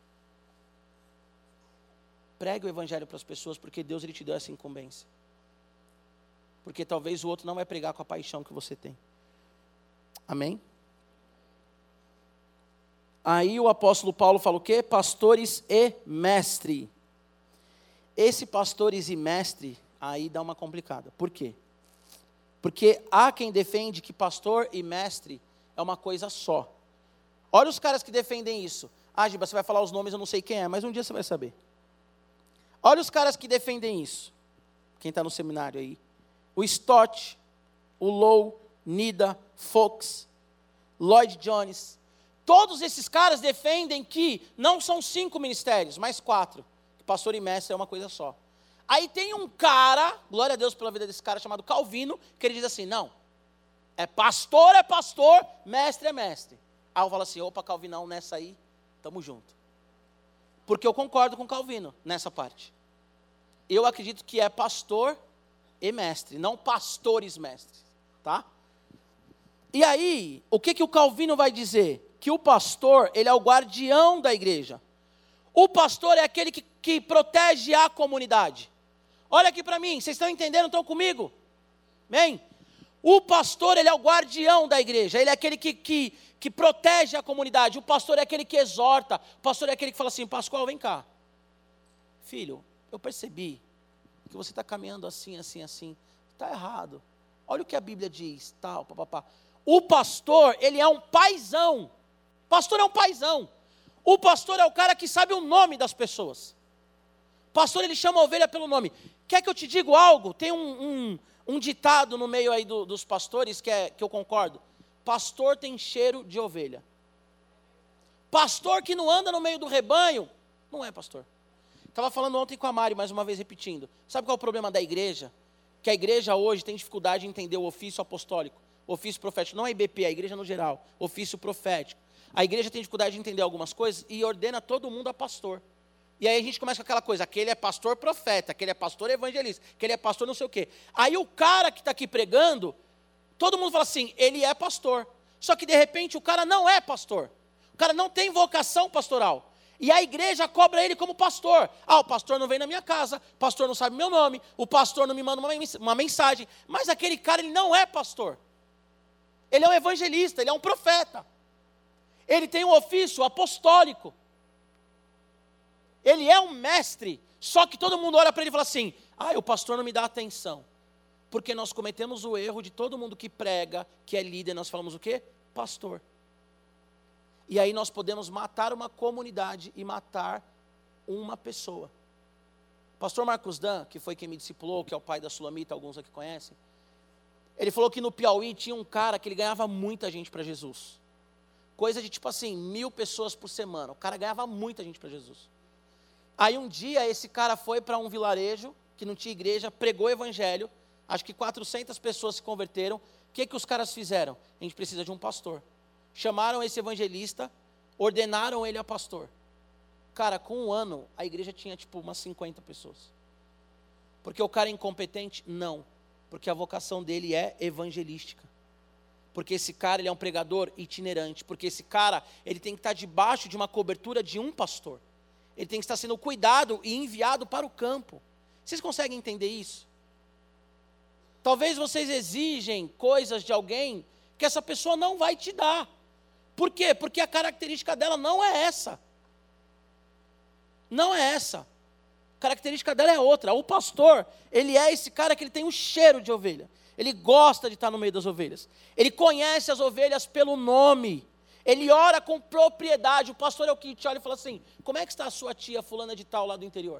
pregue o evangelho para as pessoas, porque Deus ele te deu essa incumbência. Porque talvez o outro não vai pregar com a paixão que você tem. Amém? Aí o apóstolo Paulo fala o quê? Pastores e mestre. Esse pastores e mestre, aí dá uma complicada. Por quê? Porque há quem defende que pastor e mestre é uma coisa só. Olha os caras que defendem isso. Ah, Giba, você vai falar os nomes, eu não sei quem é, mas um dia você vai saber. Olha os caras que defendem isso. Quem está no seminário aí. O Stott, o Low, Nida, Fox, Lloyd Jones. Todos esses caras defendem que não são cinco ministérios, mas quatro. Que pastor e mestre é uma coisa só. Aí tem um cara, glória a Deus pela vida desse cara, chamado Calvino, que ele diz assim, não, é pastor é pastor, mestre é mestre. Aí eu falo assim, opa, Calvinão, nessa aí, tamo junto. Porque eu concordo com Calvino nessa parte. Eu acredito que é pastor e mestre, não pastores mestres, tá? E aí, o que, que o Calvino vai dizer? Que o pastor, ele é o guardião da igreja. O pastor é aquele que, que protege a comunidade. Olha aqui para mim, vocês estão entendendo? Estão comigo? Amém? O pastor, ele é o guardião da igreja, ele é aquele que, que, que protege a comunidade. O pastor é aquele que exorta, o pastor é aquele que fala assim, Pascoal, vem cá. Filho, eu percebi que você está caminhando assim, assim, assim. Está errado. Olha o que a Bíblia diz, tal, papapá. O pastor, ele é um paizão. O pastor é um paizão. O pastor é o cara que sabe o nome das pessoas. O pastor, ele chama a ovelha pelo nome. Quer que eu te diga algo? Tem um, um, um ditado no meio aí do, dos pastores que, é, que eu concordo. Pastor tem cheiro de ovelha. Pastor que não anda no meio do rebanho, não é pastor. Estava falando ontem com a Mari, mais uma vez repetindo. Sabe qual é o problema da igreja? Que a igreja hoje tem dificuldade de entender o ofício apostólico, o ofício profético. Não a I B P, a igreja no geral, ofício profético. A igreja tem dificuldade de entender algumas coisas e ordena todo mundo a pastor. E aí a gente começa com aquela coisa, aquele é pastor profeta, aquele é pastor evangelista, aquele é pastor não sei o quê. Aí o cara que está aqui pregando, todo mundo fala assim, ele é pastor. Só que de repente o cara não é pastor. O cara não tem vocação pastoral. E a igreja cobra ele como pastor. Ah, o pastor não vem na minha casa, o pastor não sabe meu nome, o pastor não me manda uma mensagem. Mas aquele cara, ele não é pastor. Ele é um evangelista, ele é um profeta. Ele tem um ofício apostólico. Ele é um mestre. Só que todo mundo olha para ele e fala assim, ah, o pastor não me dá atenção. Porque nós cometemos o erro de todo mundo que prega, que é líder, nós falamos o quê? Pastor. E aí nós podemos matar uma comunidade e matar uma pessoa. Pastor Marcos Dan, que foi quem me discipulou, que é o pai da Sulamita, alguns aqui conhecem, ele falou que no Piauí tinha um cara que ele ganhava muita gente para Jesus. Coisa de tipo assim, mil pessoas por semana. O cara ganhava muita gente para Jesus. Aí um dia esse cara foi para um vilarejo, que não tinha igreja, pregou o evangelho, acho que quatrocentas pessoas se converteram. O que, que os caras fizeram? A gente precisa de um pastor. Chamaram esse evangelista, ordenaram ele a pastor. Cara, com um ano, a igreja tinha tipo umas cinquenta pessoas. Porque o cara é incompetente? Não. Porque a vocação dele é evangelística. Porque esse cara, ele é um pregador itinerante. Porque esse cara, ele tem que estar debaixo de uma cobertura de um pastor. Ele tem que estar sendo cuidado e enviado para o campo. Vocês conseguem entender isso? Talvez vocês exigem coisas de alguém que essa pessoa não vai te dar. Por quê? Porque a característica dela não é essa. Não é essa. A característica dela é outra. O pastor, ele é esse cara que ele tem um cheiro de ovelha. Ele gosta de estar no meio das ovelhas. Ele conhece as ovelhas pelo nome. Ele ora com propriedade. O pastor é o que te olha e fala assim, como é que está a sua tia fulana de tal lá do interior?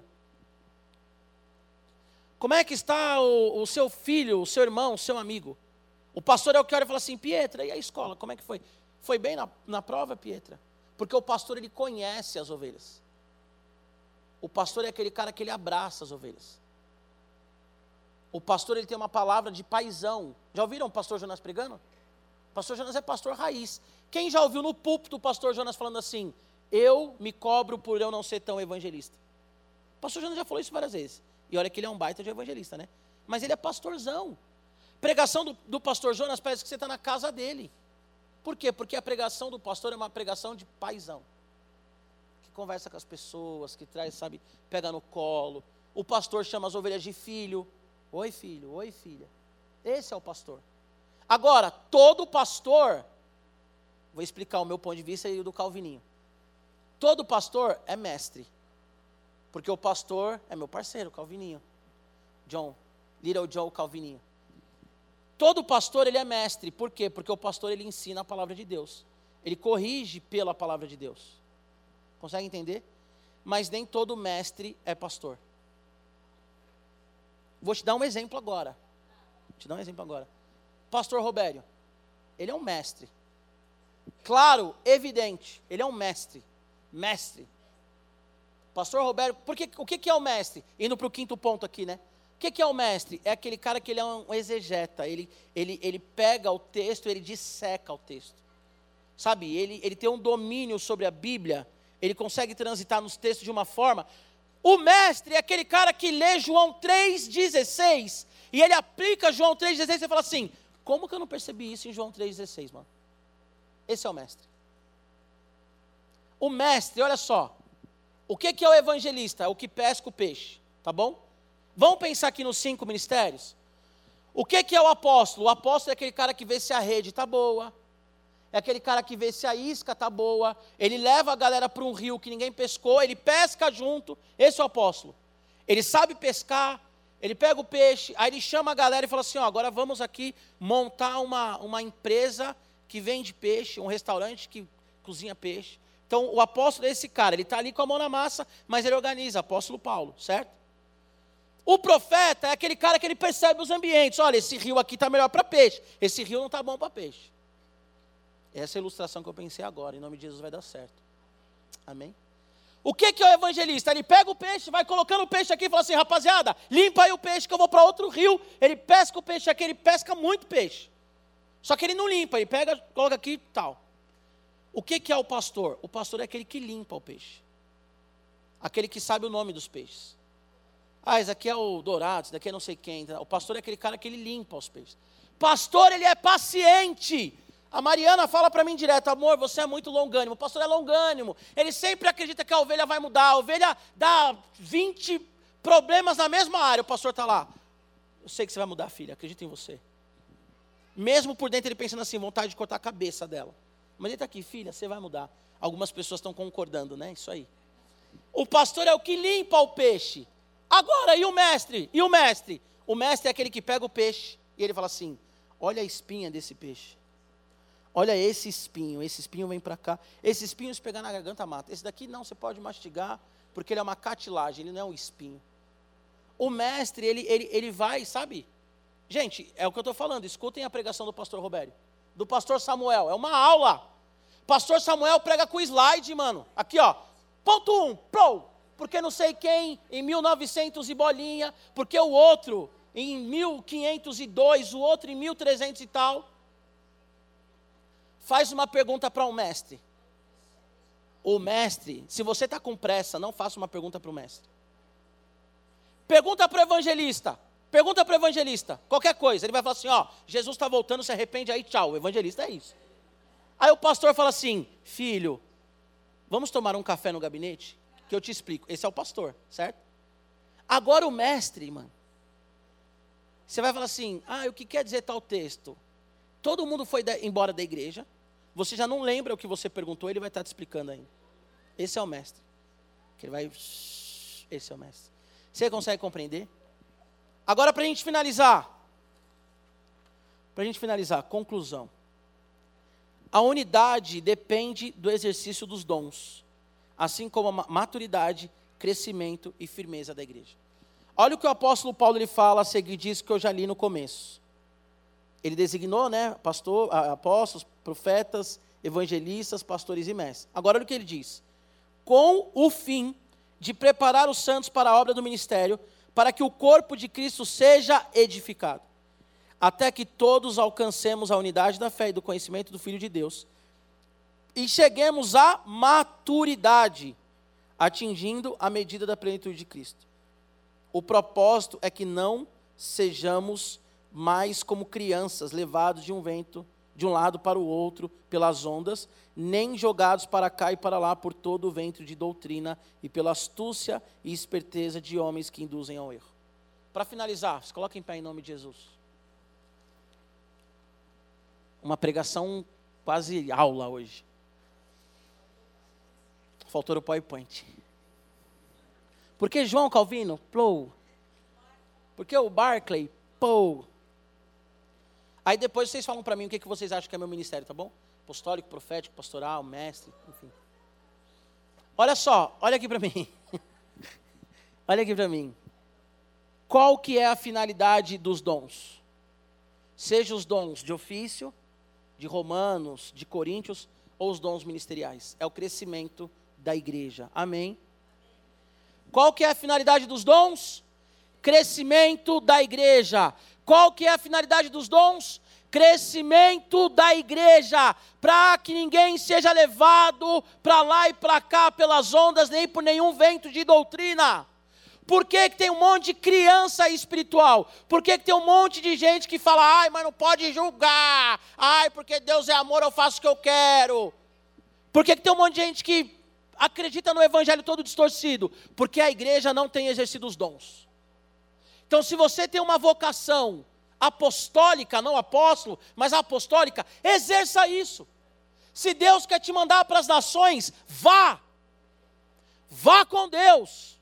Como é que está o, o seu filho, o seu irmão, o seu amigo? O pastor é o que olha e fala assim, Pietra, e a escola, como é que foi? Foi bem na, na prova, Pietra? Porque o pastor, ele conhece as ovelhas. O pastor é aquele cara que ele abraça as ovelhas. O pastor, ele tem uma palavra de paizão. Já ouviram o pastor Jonas pregando? O pastor Jonas é pastor raiz. Quem já ouviu no púlpito o pastor Jonas falando assim, eu me cobro por eu não ser tão evangelista? O pastor Jonas já falou isso várias vezes. E olha que ele é um baita de evangelista, né? Mas ele é pastorzão. Pregação do, do pastor Jonas parece que você está na casa dele. Por quê? Porque a pregação do pastor é uma pregação de paizão. Que conversa com as pessoas, que traz, sabe, pega no colo. O pastor chama as ovelhas de filho. Oi, filho, oi, filha. Esse é o pastor. Agora, todo pastor, vou explicar o meu ponto de vista e o do Calvininho. Todo pastor é mestre. Porque o pastor é meu parceiro, Calvininho. John, Little John Calvininho. Todo pastor, ele é mestre. Por quê? Porque o pastor, ele ensina a palavra de Deus. Ele corrige pela palavra de Deus. Consegue entender? Mas nem todo mestre é pastor. Vou te dar um exemplo agora. Vou te dar um exemplo agora. Pastor Robério, ele é um mestre. Claro, evidente, ele é um mestre. Mestre. Pastor Robério, porque, o que, que é o mestre? Indo para o quinto ponto aqui, né? O que, que é o mestre? É aquele cara que ele é um exegeta, ele, ele, ele pega o texto, ele disseca o texto. Sabe, ele, ele tem um domínio sobre a Bíblia, ele consegue transitar nos textos de uma forma. O mestre é aquele cara que lê João três dezesseis, e ele aplica João três dezesseis, e você fala assim, como que eu não percebi isso em João três dezesseis, mano? Esse é o mestre. O mestre, olha só, o que, que é o evangelista? É o que pesca o peixe, tá bom? Vamos pensar aqui nos cinco ministérios? O que, que é o apóstolo? O apóstolo é aquele cara que vê se a rede está boa, é aquele cara que vê se a isca está boa, ele leva a galera para um rio que ninguém pescou, ele pesca junto, esse é o apóstolo. Ele sabe pescar, ele pega o peixe, aí ele chama a galera e fala assim, ó, agora vamos aqui montar uma, uma empresa que vende peixe, um restaurante que cozinha peixe. Então o apóstolo é esse cara, ele está ali com a mão na massa, mas ele organiza, apóstolo Paulo, certo? O profeta é aquele cara que ele percebe os ambientes. Olha, esse rio aqui está melhor para peixe. Esse rio não está bom para peixe. Essa é a ilustração que eu pensei agora. Em nome de Jesus vai dar certo. Amém? O que, que é o evangelista? Ele pega o peixe, vai colocando o peixe aqui e fala assim, rapaziada, limpa aí o peixe que eu vou para outro rio. Ele pesca o peixe aqui, ele pesca muito peixe. Só que ele não limpa, ele pega, coloca aqui e tal. O que, que é o pastor? O pastor é aquele que limpa o peixe. Aquele que sabe o nome dos peixes. Ah, esse aqui é o dourado, esse daqui é não sei quem. O pastor é aquele cara que ele limpa os peixes. Pastor, ele é paciente. A Mariana fala para mim direto, amor, você é muito longânimo. O pastor é longânimo. Ele sempre acredita que a ovelha vai mudar. A ovelha dá vinte problemas na mesma área. O pastor está lá. Eu sei que você vai mudar, filha. Acredito em você. Mesmo por dentro ele pensando assim, vontade de cortar a cabeça dela. Mas ele está aqui, filha, você vai mudar. Algumas pessoas estão concordando, né? Isso aí. O pastor é o que limpa o peixe. Agora, e o mestre? E o mestre? O mestre é aquele que pega o peixe e ele fala assim, olha a espinha desse peixe. Olha esse espinho, esse espinho vem para cá. Esse espinho, se pegar na garganta, mata. Esse daqui não, você pode mastigar, porque ele é uma cartilagem, ele não é um espinho. O mestre, ele, ele, ele vai, sabe? Gente, é o que eu estou falando, escutem a pregação do pastor Robério. Do pastor Samuel, é uma aula. Pastor Samuel prega com slide, mano. Aqui, ó. Ponto um, pro. Porque não sei quem, em mil e novecentos e bolinha, porque o outro, em mil quinhentos e dois, o outro em mil e trezentos e tal. Faz uma pergunta para um mestre. O mestre, se você está com pressa, não faça uma pergunta para o mestre. Pergunta para o evangelista. Pergunta para o evangelista. Qualquer coisa. Ele vai falar assim, ó, Jesus está voltando, se arrepende aí, tchau. O evangelista é isso. Aí o pastor fala assim, filho, vamos tomar um café no gabinete? Que eu te explico. Esse é o pastor, certo? Agora o mestre, mano. Você vai falar assim, ah, o que quer dizer tal texto? Todo mundo foi da, embora da igreja. Você já não lembra o que você perguntou, ele vai estar te explicando ainda. Esse é o mestre. Que ele vai... Esse é o mestre. Você consegue compreender? Agora, para a gente finalizar. Para a gente finalizar, conclusão. A unidade depende do exercício dos dons. Assim como a maturidade, crescimento e firmeza da igreja. Olha o que o apóstolo Paulo ele fala a seguir disso que eu já li no começo. Ele designou, né, pastor, apóstolos, profetas, evangelistas, pastores e mestres. Agora olha o que ele diz. Com o fim de preparar os santos para a obra do ministério, para que o corpo de Cristo seja edificado, até que todos alcancemos a unidade da fé e do conhecimento do Filho de Deus, e cheguemos à maturidade, atingindo a medida da plenitude de Cristo. O propósito é que não sejamos mais como crianças, levados de um vento, de um lado para o outro, pelas ondas, nem jogados para cá e para lá por todo o vento de doutrina e pela astúcia e esperteza de homens que induzem ao erro. Para finalizar, se coloca em pé em nome de Jesus. Uma pregação quase aula hoje. Faltou o PowerPoint. Por que João Calvino? Plou. Por que o Barclay? Pou. Aí depois vocês falam para mim o que, que vocês acham que é meu ministério, tá bom? Apostólico, profético, pastoral, mestre, enfim. Olha só, olha aqui para mim. Olha aqui para mim. Qual que é a finalidade dos dons? Seja os dons de ofício, de Romanos, de Coríntios, ou os dons ministeriais. É o crescimento da igreja. Amém? Qual que é a finalidade dos dons? Crescimento da igreja. Qual que é a finalidade dos dons? Crescimento da igreja, para que ninguém seja levado para lá e para cá pelas ondas, nem por nenhum vento de doutrina. Por que que tem um monte de criança espiritual? Por que que tem um monte de gente que fala, ai, mas não pode julgar, ai, porque Deus é amor, eu faço o que eu quero? Por que que tem um monte de gente que acredita no evangelho todo distorcido? Porque a igreja não tem exercido os dons. Então, se você tem uma vocação apostólica, não apóstolo, mas apostólica, exerça isso. Se Deus quer te mandar para as nações, vá. Vá com Deus.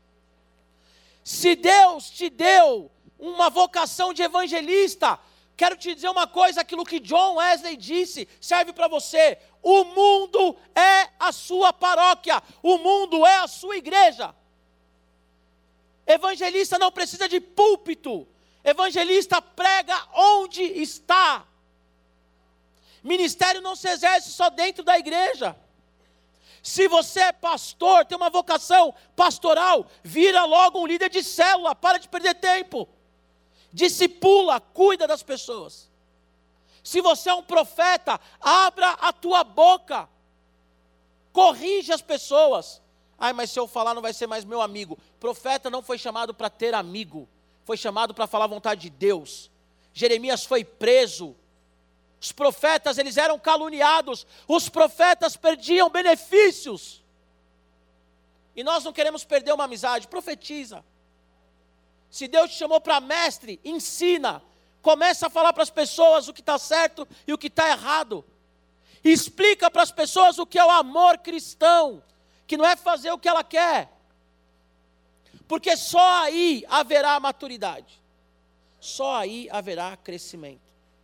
Se Deus te deu uma vocação de evangelista, quero te dizer uma coisa, aquilo que John Wesley disse, serve para você. O mundo é a sua paróquia, o mundo é a sua igreja. Evangelista não precisa de púlpito. Evangelista prega onde está. Ministério não se exerce só dentro da igreja. Se você é pastor, tem uma vocação pastoral, vira logo um líder de célula, para de perder tempo. Discipula, cuida das pessoas. Se você é um profeta, abra a tua boca. Corrige as pessoas. Ai, mas se eu falar não vai ser mais meu amigo. Profeta não foi chamado para ter amigo. Foi chamado para falar a vontade de Deus. Jeremias foi preso. Os profetas, eles eram caluniados. Os profetas perdiam benefícios. E nós não queremos perder uma amizade. Profetiza. Se Deus te chamou para mestre, ensina. Começa a falar para as pessoas o que está certo e o que está errado. Explica para as pessoas o que é o amor cristão. Que não é fazer o que ela quer. Porque só aí haverá maturidade. Só aí haverá crescimento.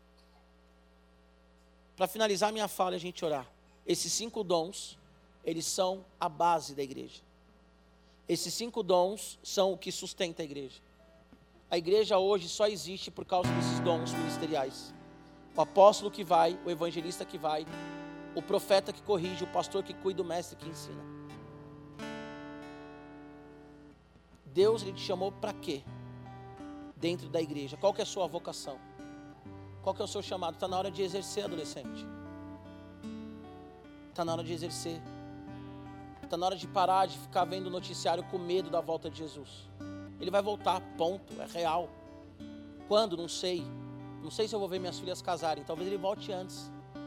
Para finalizar minha fala e a gente orar. Esses cinco dons, eles são a base da igreja. Esses cinco dons são o que sustenta a igreja. A igreja hoje só existe por causa desses dons ministeriais. O apóstolo que vai, o evangelista que vai, o profeta que corrige, o pastor que cuida, o mestre que ensina. Deus, Ele te chamou para quê? Dentro da igreja. Qual que é a sua vocação? Qual que é o seu chamado? Está na hora de exercer, adolescente. Está na hora de exercer. Está na hora de parar de ficar vendo o noticiário com medo da volta de Jesus. Ele vai voltar, ponto, é real. Quando? Não sei. Não sei se eu vou ver minhas filhas casarem. Talvez ele volte antes.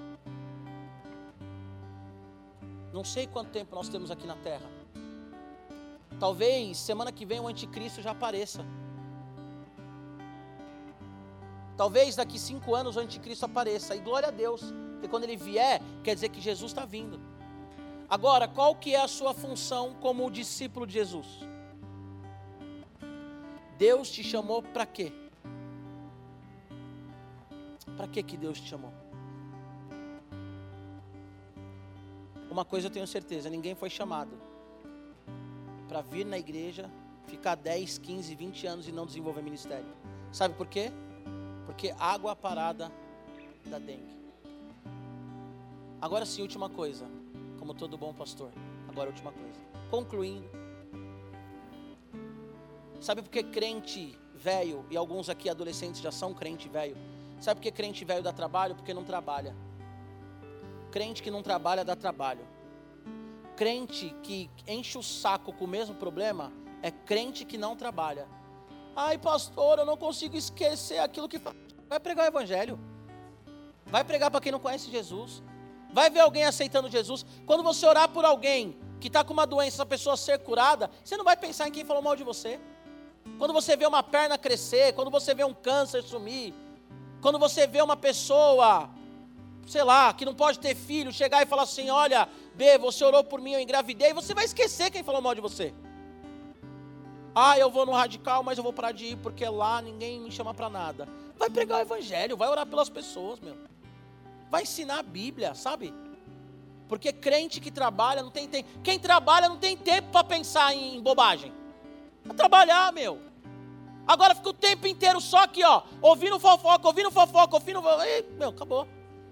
Não sei quanto tempo nós temos aqui na terra. Talvez semana que vem o anticristo já apareça. Talvez daqui cinco anos o anticristo apareça. E glória a Deus. Porque quando ele vier, quer dizer que Jesus está vindo. Agora, qual que é a sua função como discípulo de Jesus? Deus te chamou para quê? Para que que Deus te chamou? Uma coisa eu tenho certeza, ninguém foi chamado para vir na igreja, ficar dez, quinze, vinte anos e não desenvolver ministério. Sabe por quê? Porque água parada dá dengue. Agora sim, última coisa, como todo bom pastor, agora última coisa, concluindo. Sabe por que crente velho, e alguns aqui adolescentes já são crente velho, sabe por que crente velho dá trabalho? Porque não trabalha. Crente que não trabalha dá trabalho. Crente que enche o saco com o mesmo problema é crente que não trabalha. Ai pastor, eu não consigo esquecer aquilo que... Vai pregar o evangelho. Vai pregar para quem não conhece Jesus. Vai ver alguém aceitando Jesus. Quando você orar por alguém que está com uma doença, essa pessoa ser curada, você não vai pensar em quem falou mal de você. Quando você vê uma perna crescer, quando você vê um câncer sumir, quando você vê uma pessoa, sei lá, que não pode ter filho, chegar e falar assim, olha, B, você orou por mim, eu engravidei, você vai esquecer quem falou mal de você. Ah, eu vou no radical, mas eu vou parar de ir porque lá ninguém me chama para nada. Vai pregar o evangelho, vai orar pelas pessoas, meu. Vai ensinar a Bíblia, sabe? Porque crente que trabalha não tem tempo. Quem trabalha não tem tempo para pensar em bobagem. Vai trabalhar, meu. Agora fica o tempo inteiro só aqui, ó, ouvindo fofoca, ouvindo fofoca, ouvindo... Ei, meu, acabou.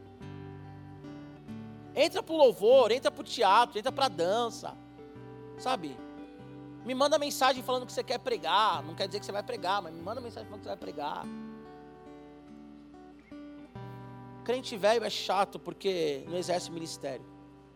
Entra pro louvor, entra pro teatro, entra pra dança, sabe? Me manda mensagem falando que você quer pregar, não quer dizer que você vai pregar, mas me manda mensagem falando que você vai pregar. Crente velho é chato porque não exerce ministério.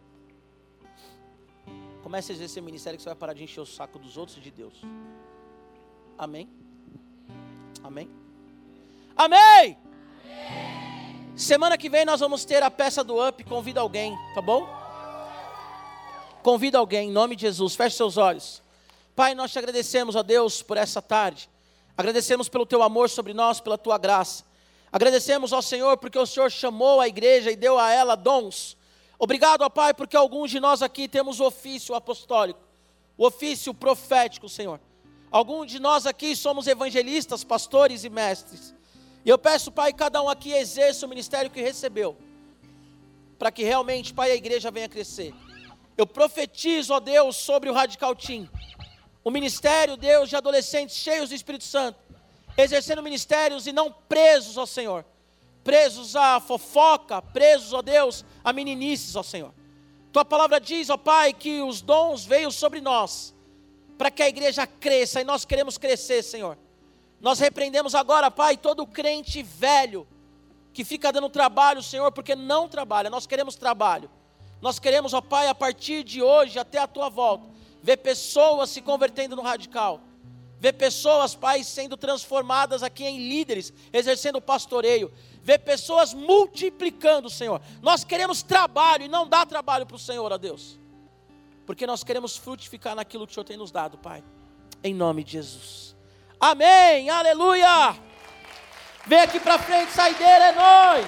Comece a exercer ministério que você vai parar de encher o saco dos outros e de Deus. Amém? Amém? Amém! Amém! Semana que vem nós vamos ter a peça do Up. Convida alguém, tá bom? Convida alguém, em nome de Jesus. Feche seus olhos. Pai, nós te agradecemos, ó Deus, por essa tarde. Agradecemos pelo teu amor sobre nós, pela tua graça. Agradecemos ao Senhor porque o Senhor chamou a igreja e deu a ela dons. Obrigado, ó Pai, porque alguns de nós aqui temos o ofício apostólico, o ofício profético, Senhor. Alguns de nós aqui somos evangelistas, pastores e mestres. E eu peço, Pai, cada um aqui exerça o ministério que recebeu, para que realmente, Pai, a igreja venha crescer. Eu profetizo, ó Deus, sobre o Radical Team, o ministério, Deus, de adolescentes cheios do Espírito Santo, exercendo ministérios e não presos, ó Senhor, presos à fofoca, presos, ó Deus, a meninices, ó Senhor. Tua palavra diz, ó Pai, que os dons veio sobre nós, para que a igreja cresça, e nós queremos crescer, Senhor. Nós repreendemos agora, Pai, todo crente velho, que fica dando trabalho, Senhor, porque não trabalha. Nós queremos trabalho. Nós queremos, ó Pai, a partir de hoje até a Tua volta, ver pessoas se convertendo no Radical. Ver pessoas, Pai, sendo transformadas aqui em líderes, exercendo o pastoreio. ver pessoas multiplicando, Senhor. Nós queremos trabalho e não dá trabalho para o Senhor, ó Deus. Porque nós queremos frutificar naquilo que o Senhor tem nos dado, Pai. Em nome de Jesus. Amém, aleluia. Vem aqui para frente, saideira, é nóis.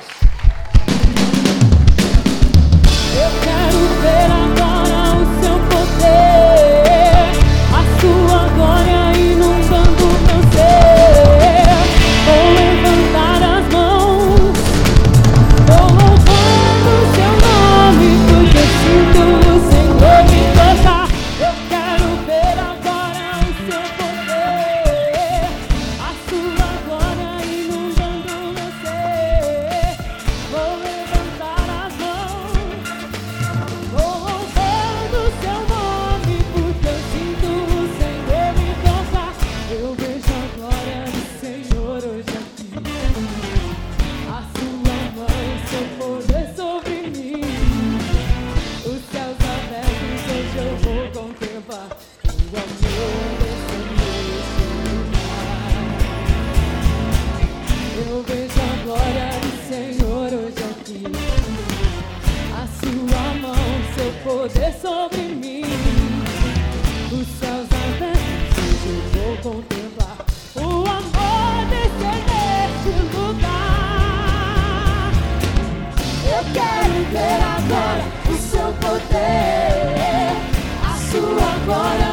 Eu quero ver agora o seu poder, a sua glória inundando o meu ser. Vou levantar as mãos, vou louvando o seu nome, porque eu sinto o Senhor me tocar. Eu quero ver agora o seu poder, a sua glória inundando o meu ser. Vou levantar as mãos, vou louvando o seu nome, porque eu sinto o Senhor me tocar. Eu vejo a glória do Senhor hoje aqui, a sua mão e seu poder sobre mim. Os céus abertos hoje eu vou contemplar o amor descendo este lugar. Eu vejo a glória do Senhor hoje aqui, a sua mão, seu poder sobre mim. Os céus abertos hoje eu vou contemplar o amor descendo neste lugar. Eu quero ver agora o seu poder, a sua glória